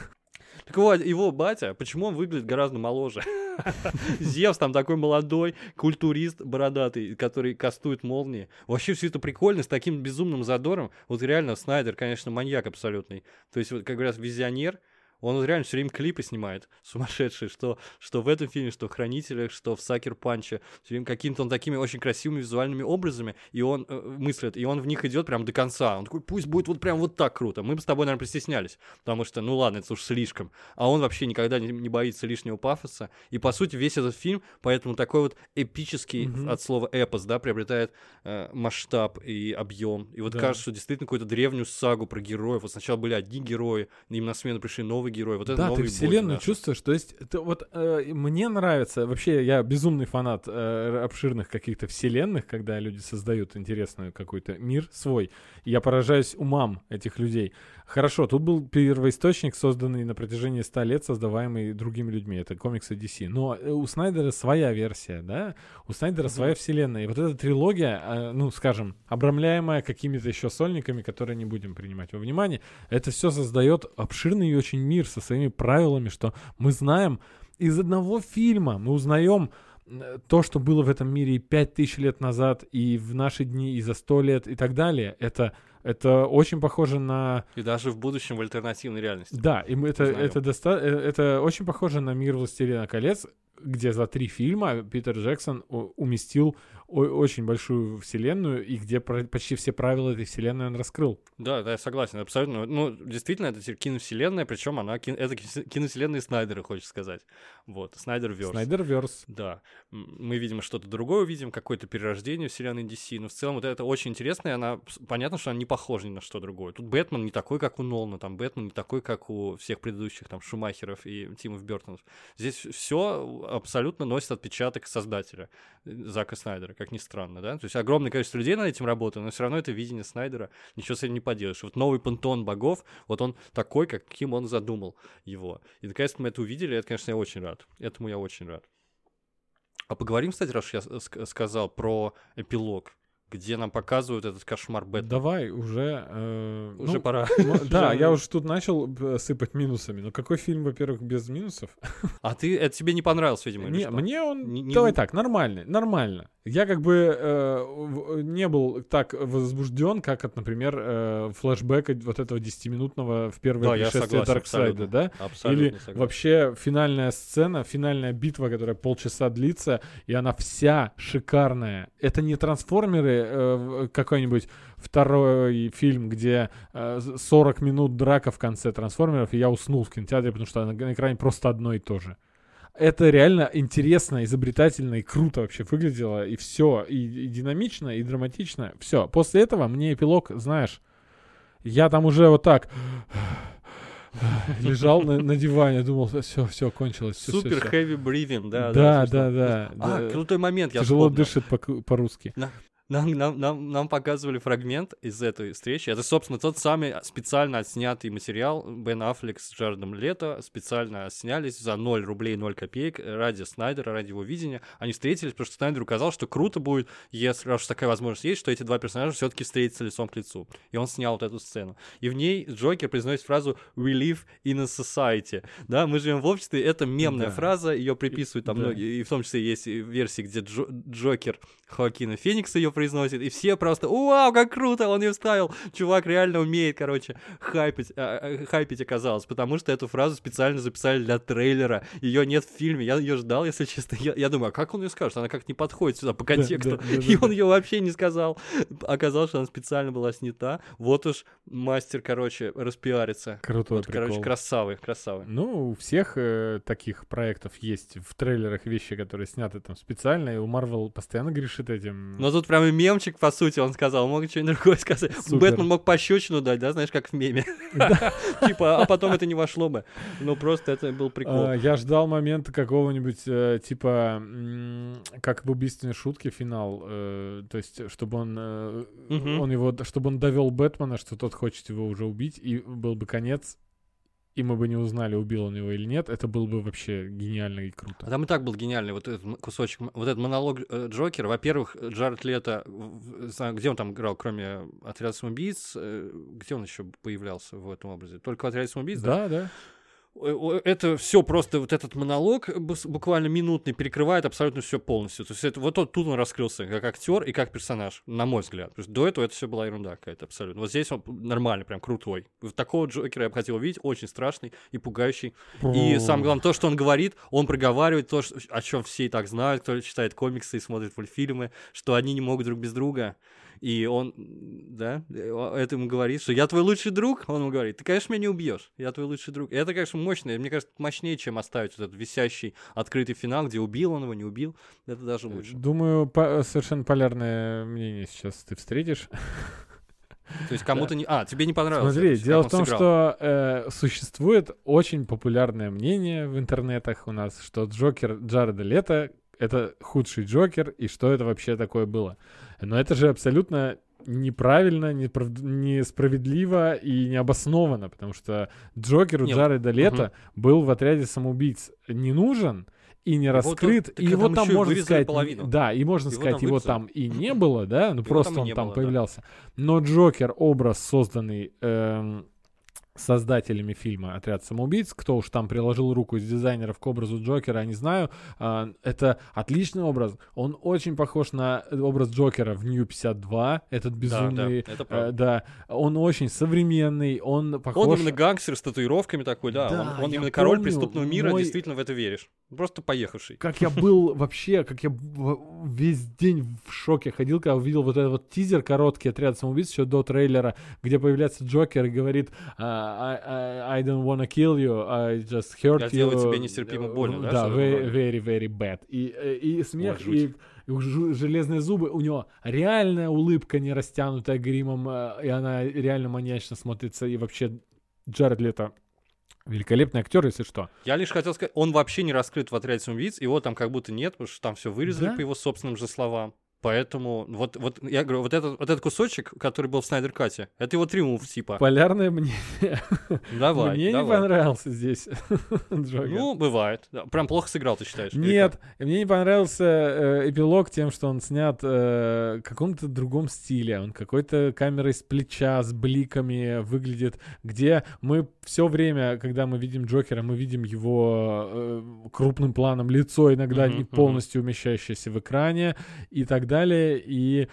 Так вот, его батя, почему он выглядит гораздо моложе? Зевс там такой молодой, культурист бородатый, который кастует молнии. Вообще все это прикольно, с таким безумным задором. Вот реально Снайдер, конечно, маньяк абсолютный. То есть, вот, как говорят, визионер. Он вот реально все время клипы снимает, сумасшедшие, что в этом фильме, что в «Хранителях», что в «Сакер Панче». Все время какими-то он такими очень красивыми визуальными образами, и он мыслит, и он в них идет прям до конца. Он такой, пусть будет вот прям вот так круто. Мы бы с тобой, наверное, пристеснялись, потому что, ну ладно, это уж слишком. А он вообще никогда не боится лишнего пафоса. И, по сути, весь этот фильм, поэтому такой вот эпический, от слова эпос, да, приобретает масштаб и объем. И вот кажется, что действительно какую-то древнюю сагу про героев. Вот сначала были одни герои, им на смену пришли новые герой. Вот это да, новый ты вселенную чувствуешь, то есть мне нравится, вообще я безумный фанат обширных каких-то вселенных, когда люди создают интересный какой-то мир свой, и я поражаюсь умам этих людей. Хорошо, тут был первоисточник, созданный на протяжении 100 лет, создаваемый другими людьми, это комиксы DC, но у Снайдера своя версия, да, у Снайдера своя вселенная, и вот эта трилогия, ну, скажем, обрамляемая какими-то еще сольниками, которые не будем принимать во внимание, это все создает обширный и очень мир со своими правилами, что мы знаем из одного фильма, мы узнаем то, что было в этом мире и 5000 лет назад, и в наши дни, и за 100 лет, и так далее. Это очень похоже на... И даже в будущем в альтернативной реальности. Да, и это очень похоже на мир «Властелина колец», где за 3 фильма Питер Джексон уместил очень большую вселенную, и где почти все правила этой вселенной он раскрыл. Да, я согласен, абсолютно. Ну, действительно, это киновселенная, причем это киновселенная Снайдера, хочется сказать. Вот, Снайдерверс. Снайдерверс. Да. Мы видим что-то другое, видим какое-то перерождение вселенной DC, но в целом вот это очень интересно, и понятно, что она не похожа ни на что другое. Тут Бэтмен не такой, как у Нолана, там Бэтмен не такой, как у всех предыдущих, там, Шумахеров и Тима Бёртонов. Здесь все абсолютно носит отпечаток создателя Зака Снайдера, как ни странно, да? То есть огромное количество людей над этим работает, но все равно это видение Снайдера, ничего с этим не поделаешь. Вот новый пантеон богов, вот он такой, каким он задумал его. И наконец-то мы это увидели, это, конечно, я очень рад. Этому я очень рад. А поговорим, кстати, раз я сказал про эпилог, где нам показывают этот кошмар Бэтмена. Давай, уже... Уже пора. Да, я уже тут начал сыпать минусами. Но какой фильм, во-первых, без минусов? А это тебе не понравился, видимо, или что? Мне он... Давай так, нормально. Я как бы не был так возбужден, как от, например, флешбека вот этого 10-минутного в первое пришествие Дарксайда, да? Абсолютно Или согласен. вообще финальная сцена, финальная битва, которая полчаса длится, и она вся шикарная. Это не трансформеры, какой-нибудь второй фильм, где 40 минут драка в конце трансформеров, и я уснул в кинотеатре, потому что на экране просто одно и то же. Это реально интересно, изобретательно и круто вообще выглядело, и все, и динамично, и драматично, все. После этого мне эпилог, знаешь, я там уже вот так лежал на диване, думал, все кончилось. Супер heavy breathing, да. Да. Крутой момент, я тяжело вспомнил. дышит по-русски. Нам показывали фрагмент из этой встречи. Это, собственно, тот самый специально отснятый материал. Бен Аффлек с Джаредом Лето специально снялись за 0 рублей 0 копеек ради Снайдера, ради его видения. Они встретились, потому что Снайдеру казалось, что круто будет, если раз такая возможность есть, что эти два персонажа все-таки встретятся лицом к лицу. И он снял вот эту сцену. И в ней Джокер произносит фразу «We live in a society». Да, мы живем в обществе. Это мемная фраза, ее приписывают там многие. И в том числе есть версии, где Джокер Хоакина Феникса ее произносит, и все просто, вау, как круто, он ее вставил. Чувак реально умеет, короче, хайпить оказалось, потому что эту фразу специально записали для трейлера, ее нет в фильме, я ее ждал, если честно, я думаю, а как он ее скажет, она как-то не подходит сюда по контексту, и он ее вообще не сказал. Оказалось, что она специально была снята, вот уж мастер, короче, распиарится. Крутой вот, прикол. Короче, красавый. Ну, у всех таких проектов есть в трейлерах вещи, которые сняты там специально, и у Marvel постоянно грешит этим. Но тут прям и мемчик, по сути, он сказал, мог что-нибудь другое сказать. Супер. Бэтмен мог пощечину дать, да, знаешь, как в меме. Типа, а потом это не вошло бы. Ну, просто это был прикол. Я ждал момента какого-нибудь, типа, как в «Убийственной шутке» финал, то есть, чтобы чтобы он довел Бэтмена, что тот хочет его уже убить, и был бы конец, и мы бы не узнали, убил он его или нет, это было бы вообще гениально и круто. А там и так был гениальный вот этот кусочек, вот этот монолог Джокера. Во-первых, Джаред Лето, где он там играл, кроме «Отряда самоубийц», где он еще появлялся в этом образе? Только в «Отряде самоубийц», да? Да. Это все просто, вот этот монолог буквально минутный перекрывает абсолютно все полностью. То есть это, вот тут он раскрылся как актер и как персонаж, на мой взгляд. То есть до этого это все была ерунда какая-то абсолютно. Вот здесь он нормальный, прям крутой. Такого Джокера я бы хотел увидеть, очень страшный и пугающий. И самое главное, то, что он говорит, он проговаривает то, о чем все и так знают, кто читает комиксы и смотрит мультфильмы, что они не могут друг без друга. И он, да, это ему говорит, что я твой лучший друг. Он ему говорит, ты, конечно, меня не убьешь, я твой лучший друг. И это, конечно, мощно. Мне кажется, мощнее, чем оставить вот этот висящий открытый финал, где убил он его, не убил. Это даже лучше. Думаю, совершенно полярное мнение сейчас ты встретишь. То есть кому-то не... тебе не понравилось. Смотри, дело в том, что существует очень популярное мнение в интернетах у нас, что Джокер Джареда Лето — это худший Джокер, и что это вообще такое было. Но это же абсолютно неправильно, несправедливо и необоснованно, потому что Джокеру Джареда Лето был в «Отряде самоубийц» не нужен и не раскрыт, и его там, можно сказать, да, и можно сказать, его там и не было, да, ну просто он там появлялся. Но Джокер, образ, созданный создателями фильма «Отряд самоубийц», кто уж там приложил руку из дизайнеров к образу Джокера, я не знаю, это отличный образ. Он очень похож на образ Джокера в Нью-52, этот безумный, да, он очень современный, он похож... Он именно гангстер с татуировками такой, да, он именно король преступного мира, действительно в это веришь. Просто поехавший. Как я был вообще, как я весь день в шоке ходил, когда увидел вот этот вот тизер короткий «Отряд самоубийц» еще до трейлера, где появляется Джокер и говорит I don't wanna kill you, I just hurt you. Я делаю тебе нестерпимо больно, да? Да, very, very bad. И смех, и железные зубы. У него реальная улыбка, не растянутая гримом, и она реально маньячно смотрится. И вообще Джаред Лето великолепный актер, если что. Я лишь хотел сказать, он вообще не раскрыт в «Отряде самоубийц», его там как будто нет, потому что там все вырезали по его собственным же словам. Поэтому вот я говорю, вот этот кусочек, который был в Снайдер-кате, это его триумф, типа. Полярное мнение. Давай. Мне не понравился здесь Джокер. Ну, бывает. Прям плохо сыграл, ты считаешь? Нет, мне не понравился эпилог тем, что он снят в каком-то другом стиле. Он какой-то камерой с плеча, с бликами выглядит, где мы все время, когда мы видим Джокера, мы видим его крупным планом лицо, иногда не полностью умещающееся в экране и так далее, и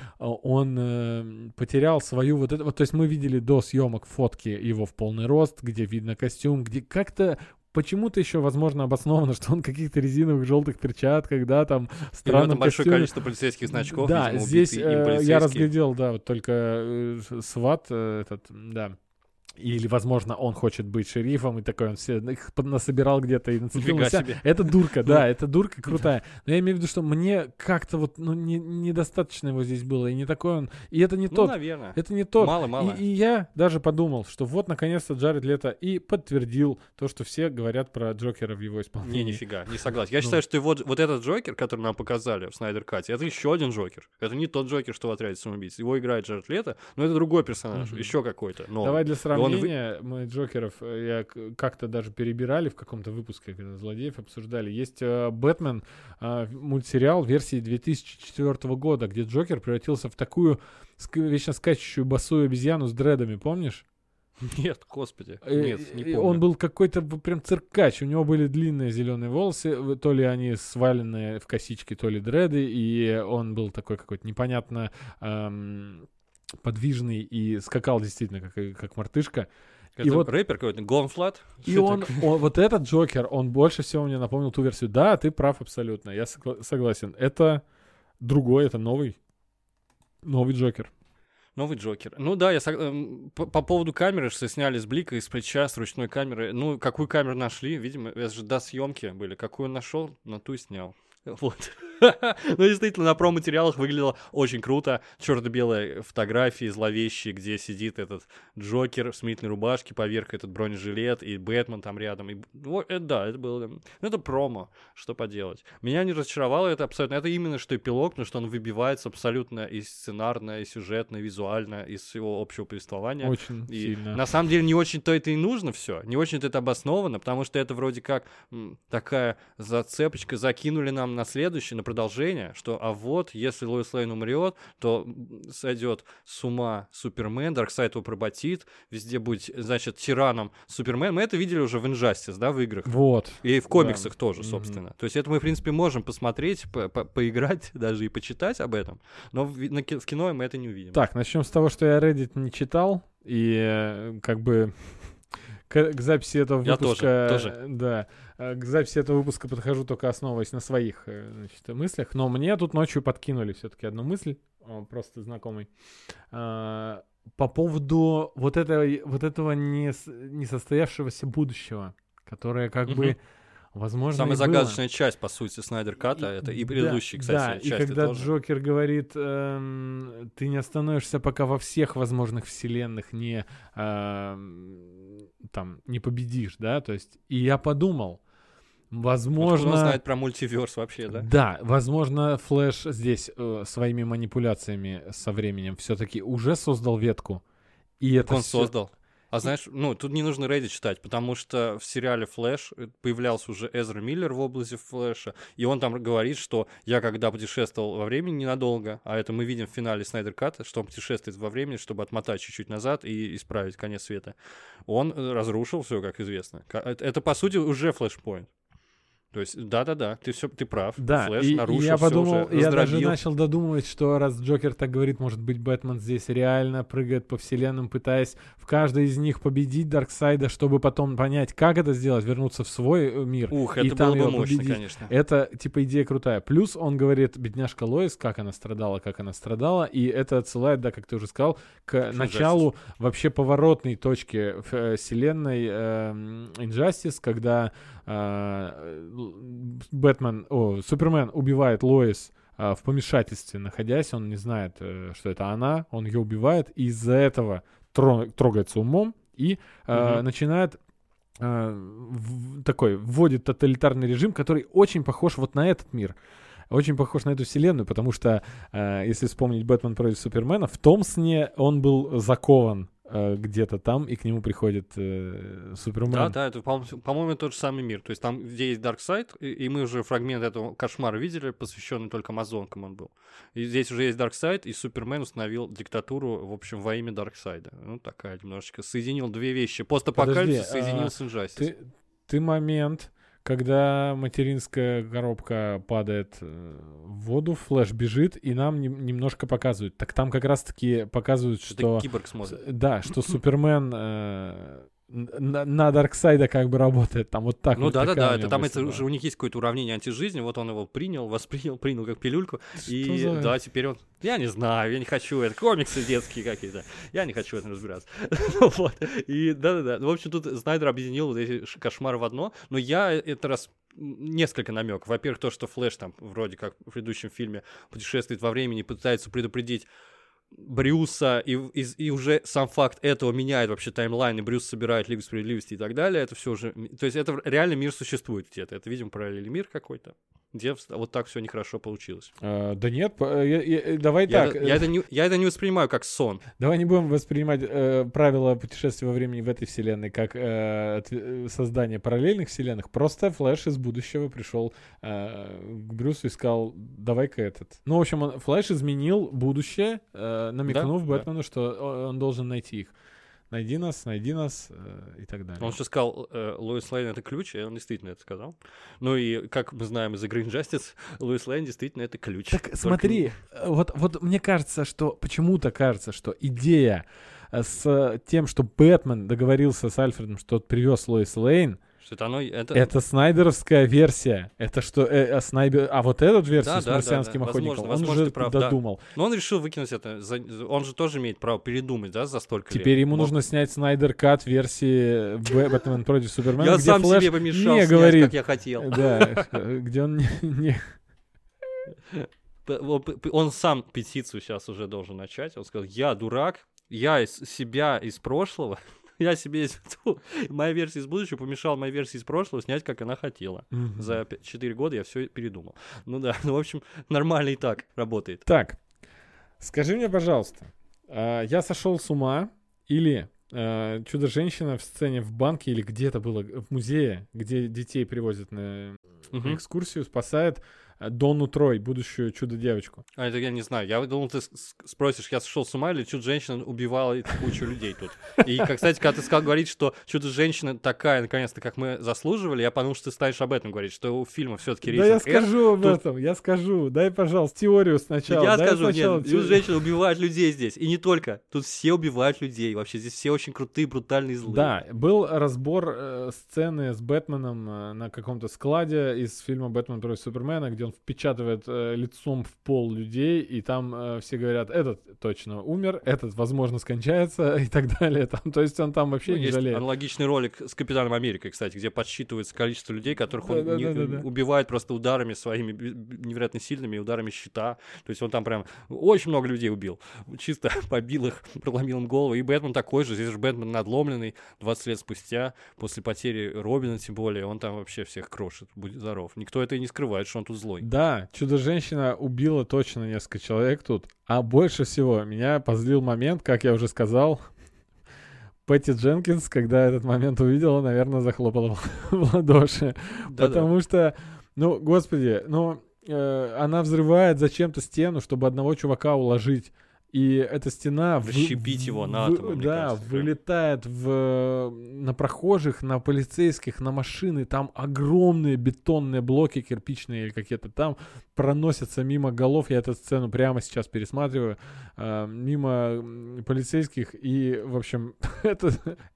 он потерял свою вот это, вот, то есть мы видели до съемок фотки его в полный рост, где видно костюм, где как-то почему-то еще, возможно, обосновано, что он в каких-то резиновых желтых перчатках, да, там странном большое количество полицейских значков. Да, видимо, здесь я разглядел, да, вот только сват этот, да. Или, возможно, он хочет быть шерифом, и такой он все их насобирал где-то и нацепил на себя. Это дурка, да, это дурка крутая. Но я имею в виду, что мне как-то вот, недостаточно его здесь было, и не такой он... И это не тот. Наверное. Это не тот. Мало. И я даже подумал, что вот, наконец-то, Джаред Лето и подтвердил то, что все говорят про Джокера в его исполнении. Нифига, не согласен. Я считаю, что вот этот Джокер, который нам показали в Снайдер-кате, это еще один Джокер. Это не тот Джокер, что в «Отряде самоубийц». Его играет Джаред Лето, но это другой персонаж, еще какой-то. Давай для сравнения. Мы Джокеров, я как-то даже перебирали в каком-то выпуске, когда злодеев обсуждали. Есть «Бэтмен», мультсериал версии 2004 года, где Джокер превратился в такую вечно скачущую босую обезьяну с дредами, помнишь? Нет, господи, нет, не помню. Он был какой-то прям циркач, у него были длинные зеленые волосы, то ли они сваленные в косички, то ли дреды, и он был такой какой-то непонятно подвижный и скакал действительно как мартышка. Это и вот рэпер какой-то, Гонфлат. И он, вот этот Джокер, он больше всего мне напомнил ту версию. Да, ты прав абсолютно, я согласен. Это другой, это новый Джокер. Новый Джокер. Ну да, по поводу камеры, что сняли с блика, из плеча, с ручной камеры. Ну, какую камеру нашли? Видимо, это же до съемки были. Какую он нашел, на ту и снял. Вот. Ну, действительно, на промо-материалах выглядело очень круто. Черно-белые фотографии зловещие, где сидит этот Джокер в смитной рубашке, поверх этот бронежилет, и Бэтмен там рядом. И, вот, да, это было... Ну, это промо, что поделать. Меня не разочаровало это абсолютно. Это именно что эпилог, потому что он выбивается абсолютно и сценарно, и сюжетно, и визуально, из всего общего повествования. Очень и сильно. На самом деле не очень-то это и нужно все. Не очень-то это обосновано, потому что это вроде как такая зацепочка, закинули нам на следующее, на продолжение, что а вот, если Лоис Лейн умрет, то сойдет с ума Супермен, Дарксайд его проботит, везде будет, значит, тираном Супермен. Мы это видели уже в Injustice, да, в играх. Вот. И в комиксах тоже, собственно. То есть это мы, в принципе, можем посмотреть, поиграть даже и почитать об этом, но в кино мы это не увидим. Так, начнем с того, что я Reddit не читал, и как бы... К записи этого выпуска... Я тоже. Да, к записи этого выпуска подхожу только основываясь на своих, значит, мыслях. Но мне тут ночью подкинули все-таки одну мысль, просто знакомый. По поводу вот этого несостоявшегося будущего, которое как бы, возможно, самая и загадочная было. часть, по сути, Снайдер Ката, это и предыдущие, кстати, части и когда тоже. Джокер говорит, ты не остановишься, пока во всех возможных вселенных не победишь, да, то есть, и я подумал, возможно... Он знает про мультиверс вообще, да? Да, возможно, Флэш здесь своими манипуляциями со временем все-таки уже создал ветку, и это он всё... создал. А знаешь, ну, тут не нужно Reddit читать, потому что в сериале «Флэш» появлялся уже Эзра Миллер в области Флэша, и он там говорит, что я когда путешествовал во времени ненадолго, а это мы видим в финале Снайдер Ката, что он путешествует во времени, чтобы отмотать чуть-чуть назад и исправить конец света. Он разрушил все, как известно. Это, по сути, уже флешпоинт. То есть, да-да-да, ты прав. Да, Флэш и нарушил я подумал, всё уже, я даже раздробил. начал додумывать, что раз Джокер так говорит, может быть, Бэтмен здесь реально прыгает по вселенным, пытаясь в каждой из них победить Дарксайда, чтобы потом понять, как это сделать, вернуться в свой мир. Ух, и это там было бы его мощно, победить. конечно. Это, типа, идея крутая. Плюс он говорит, бедняжка Лоис, как она страдала, и это отсылает, да, как ты уже сказал, к началу вообще поворотной точки вселенной Injustice, когда Супермен убивает Лоис в помешательстве, находясь, он не знает, что это она, он ее убивает, и из-за этого трогается умом и начинает вводит тоталитарный режим, который очень похож вот на этот мир. Очень похож на эту вселенную, потому что, если вспомнить «Бэтмен против Супермена», в том сне он был закован где-то там, и к нему приходит Супермен. Да, это, по-моему, тот же самый мир. То есть там, где есть Дарксайд, и мы уже фрагмент этого кошмара видели, посвященный только амазонкам он был. И здесь уже есть Дарксайд, и Супермен установил диктатуру, в общем, во имя Дарксайда. Ну, такая немножечко. Соединил две вещи. Постапокалипсис соединил с Injustice. Ты момент... Когда материнская коробка падает в воду, Флэш бежит, и нам немножко показывают. Так там как раз-таки показывают, что... Киборг смотрит. Да, что Супермен на Дарксайда как бы работает. Там вот так. Ну вот да, такая там мысль это была. уже у них есть какое-то уравнение антижизни, вот он его принял как пилюльку, и за... да, теперь он... Я не знаю, я не хочу, это комиксы детские какие-то, я не хочу в этом разбираться. Вот, и да-да-да, в общем, тут Снайдер объединил вот эти кошмары в одно, но я это раз... Несколько намеков. Во-первых, то, что Флэш там вроде как в предыдущем фильме путешествует во времени, пытается предупредить Брюса, и уже сам факт этого меняет вообще таймлайн, и Брюс собирает Лигу Справедливости и так далее, это все уже... То есть это реально мир существует где-то, это, видимо, параллельный мир какой-то, где вот так все нехорошо получилось. Да нет, давай так. Я это не воспринимаю как сон. Давай не будем воспринимать правила путешествия во времени в этой вселенной как создание параллельных вселенных. Просто Флэш из будущего пришел к Брюсу и сказал, давай-ка этот. Ну, в общем, Флэш изменил будущее, намекнув Бэтмену, что он должен найти их. найди нас, и так далее. Он еще сказал, Лоис Лейн — это ключ, и он действительно это сказал. Ну и, как мы знаем из игры Injustice, Лоис Лейн действительно это ключ. Так смотри, вот мне кажется, почему-то кажется, что идея с тем, что Бэтмен договорился с Альфредом, что тот привез Лоис Лейн, Что это это снайдеровская версия. Это что, а вот эту версию с марсианским охотником, он же додумал. Но он решил выкинуть это. Он же тоже имеет право передумать, да, за столько лет. Теперь ему нужно снять Снайдер Кат версии Бэтмен против Супермена, я где сам Флэш себе помешал не снять, говорит, как я хотел. Да, где он не... Он сам петицию сейчас уже должен начать. Он сказал, я дурак, я из себя из прошлого, я себе моя версия из будущего помешала моей версии из прошлого снять, как она хотела. За 4 года я все передумал. Ну да, в общем, нормально и так работает. Так, скажи мне, пожалуйста, я сошел с ума или Чудо-женщина в сцене в банке или где это было, в музее, где детей привозят на экскурсию, спасает Донну Трой, будущую чудо-девочку. А это я не знаю. Я думал, ты спросишь, я сошел с ума или чудо-женщина убивала кучу людей тут. И, кстати, когда ты сказал говорить, что чудо-женщина такая, наконец-то, как мы заслуживали, я подумал, что ты станешь об этом говорить, что у фильма все-таки рейтинг. Да я скажу об этом, я скажу. Дай, пожалуйста, теорию сначала. Я скажу, нет, чудо-женщина убивает людей здесь. И не только. Тут все убивают людей. Вообще здесь все очень крутые, брутальные, злые. Да, был разбор сцены с Бэтменом на каком-то складе из фильма «Бэтмен против Супермена», где он впечатывает лицом в пол людей, и там все говорят, этот точно умер, этот, возможно, скончается, и так далее. Там, то есть он там вообще не жалеет. Есть аналогичный ролик с Капитаном Америкой, кстати, где подсчитывается количество людей, которых он убивает просто ударами своими невероятно сильными, ударами щита. То есть он там прям очень много людей убил. Чисто побил их, проломил им голову. И Бэтмен такой же. Здесь же Бэтмен надломленный 20 лет спустя, после потери Робина тем более. Он там вообще всех крошит. Будь здоров. Никто это и не скрывает, что он тут злой. Да, Чудо-женщина убила точно несколько человек тут. А больше всего меня позлил момент, как я уже сказал, Пэтти Дженкинс, когда этот момент увидела, наверное, захлопала в ладоши. Потому что, ну, господи, она взрывает зачем-то стену, чтобы одного чувака уложить. И эта стена... Расщепить его на атомы, да, вылетает на прохожих, на полицейских, на машины. Там огромные бетонные блоки кирпичные или какие-то там проносятся мимо голов. Я эту сцену прямо сейчас пересматриваю. Мимо полицейских. И, в общем, это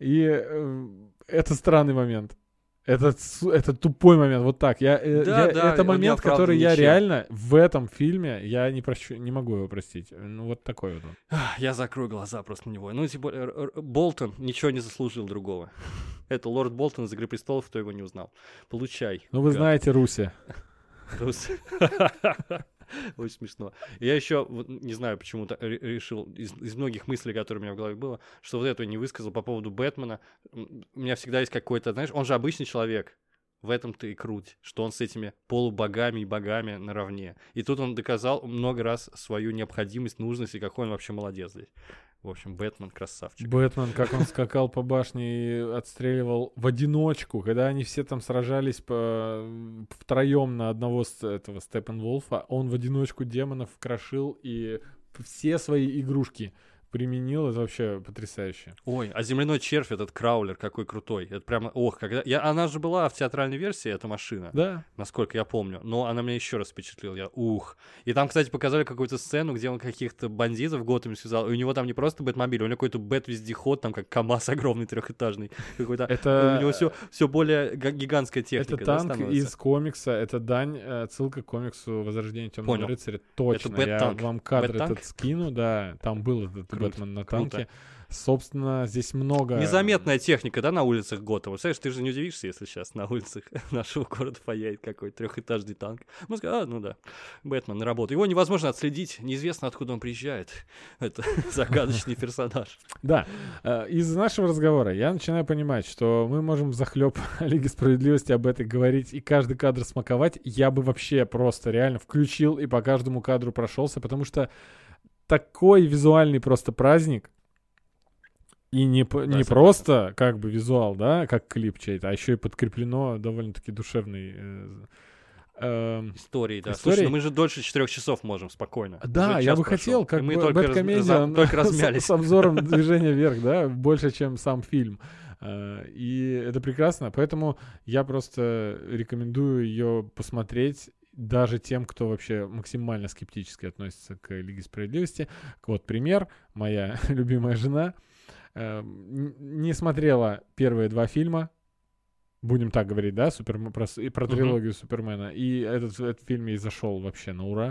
странный момент. Это тупой момент, вот так. Это момент, который я реально в этом фильме, я не прощу, не могу его простить. Ну, вот такой вот он. Я закрою глаза просто на него. Ну, тем более, Болтон ничего не заслужил другого. Это лорд Болтон из «Игры престолов», кто его не узнал. Получай. Ну, вы знаете Руси. Очень смешно. Я еще, не знаю, почему-то решил, из многих мыслей, которые у меня в голове было, что вот это не высказал по поводу Бэтмена. У меня всегда есть какой-то, знаешь, он же обычный человек. В этом-то и круть, что он с этими полубогами и богами наравне. И тут он доказал много раз свою необходимость, нужность, и какой он вообще молодец здесь. В общем, Бэтмен красавчик. Бэтмен, как он скакал по башне и отстреливал в одиночку, когда они все там сражались втроем на одного этого Степпенволфа, он в одиночку демонов крошил и все свои игрушки применил, это вообще потрясающе. Ой, а земляной червь, этот краулер, какой крутой. Это прямо, она же была в театральной версии, эта машина, да, насколько я помню, но она меня еще раз впечатлила, И там, кстати, показали какую-то сцену, где он каких-то бандитов в Готэме связал, и у него там не просто Бэтмобиль, у него какой-то Бэт-вездеход, там как КамАЗ огромный трехэтажный, какой-то, у него все более гигантская техника. Это танк из комикса, это дань, отсылка к комиксу «Возрождение Темного рыцаря», точно, я вам кадр этот скину, да, там был этот Бэтмен на танке. Собственно, здесь много... Незаметная техника, да, на улицах Готэма. Представляешь, ты же не удивишься, если сейчас на улицах нашего города поедет какой-то трехэтажный танк. Мы скажем, ну да, Бэтмен на работу. Его невозможно отследить, неизвестно, откуда он приезжает. Это загадочный персонаж. Да, из нашего разговора я начинаю понимать, что мы можем взахлёб Лиги Справедливости об этой говорить и каждый кадр смаковать. Я бы вообще просто реально включил и по каждому кадру прошелся, потому что такой визуальный просто праздник, и не просто как бы визуал, да, как клип чей-то, а еще и подкреплено довольно-таки душевной Истории, да. Истории. Слушай, ну мы же дольше 4 часов можем спокойно. Да, Уже я час бы прошел, хотел, и как мы только Бэдкомедиан только размялись. с обзором «Движения вверх», да, больше, чем сам фильм. И это прекрасно, поэтому я просто рекомендую ее посмотреть даже тем, кто вообще максимально скептически относится к «Лиге справедливости». Вот пример. Моя любимая жена не смотрела первые 2 фильма, будем так говорить, да, про трилогию Супермена, и этот фильм ей зашел вообще на ура.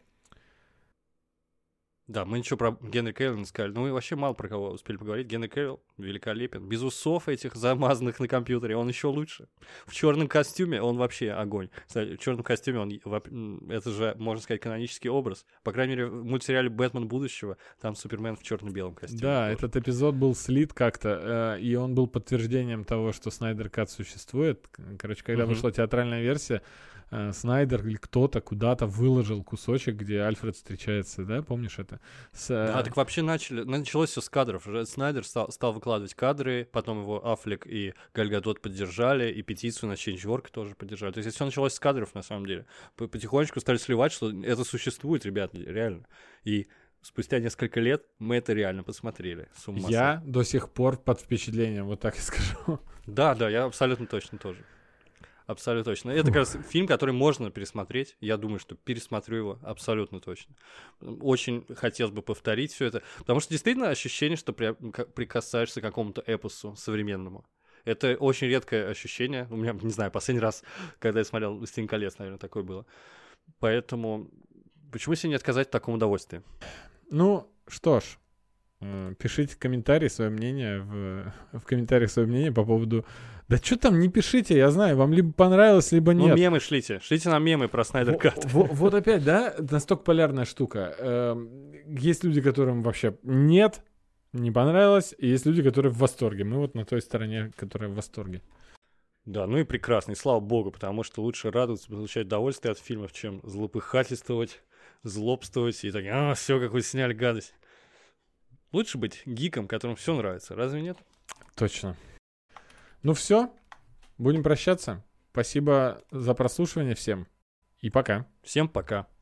Да, мы ничего про Генри Кевилла не сказали. Ну, мы вообще мало про кого успели поговорить. Генри Кевилл великолепен. Без усов этих замазанных на компьютере он еще лучше. В черном костюме он вообще огонь. Кстати, в черном костюме это же, можно сказать, канонический образ. По крайней мере, в мультсериале «Бэтмен будущего» там Супермен в черно-белом костюме. Да, тоже. этот эпизод был слит как-то, и он был подтверждением того, что Снайдер Кат существует. Короче, когда вышла театральная версия, Снайдер или кто-то куда-то выложил кусочек, где Альфред встречается, да, помнишь это? Да, так вообще началось все с кадров. Снайдер стал выкладывать кадры, потом его Аффлек и Галь Гадот поддержали, и петицию на Change.org тоже поддержали. То есть все началось с кадров, на самом деле. Потихонечку стали сливать, что это существует, ребят, реально. И спустя несколько лет мы это реально посмотрели. С ума Я до сих пор под впечатлением, вот так и скажу. Да, я абсолютно точно тоже. Абсолютно точно. Это как раз фильм, который можно пересмотреть. Я думаю, что пересмотрю его абсолютно точно. Очень хотелось бы повторить все это. Потому что действительно ощущение, что прикасаешься к какому-то эпосу современному. Это очень редкое ощущение. У меня, не знаю, последний раз, когда я смотрел «Властелин колец», наверное, такое было. Поэтому почему себе не отказать в таком удовольствии? Ну, что ж, пишите комментарии, свое мнение в комментариях свое мнение по поводу... Да что там, не пишите, я знаю, вам либо понравилось, либо нет. Ну, мемы шлите. Шлите нам мемы про Снайдер Кат. Вот опять, да, настолько полярная штука. Есть люди, которым вообще нет, не понравилось, и есть люди, которые в восторге. Мы вот на той стороне, которая в восторге. Да, ну и прекрасно, и слава богу, потому что лучше радоваться, получать удовольствие от фильмов, чем злопыхательствовать, злобствовать и так, все, как вы сняли гадость. Лучше быть гиком, которому все нравится, разве нет? Точно. Ну все, будем прощаться. Спасибо за прослушивание всем. И пока. Всем пока.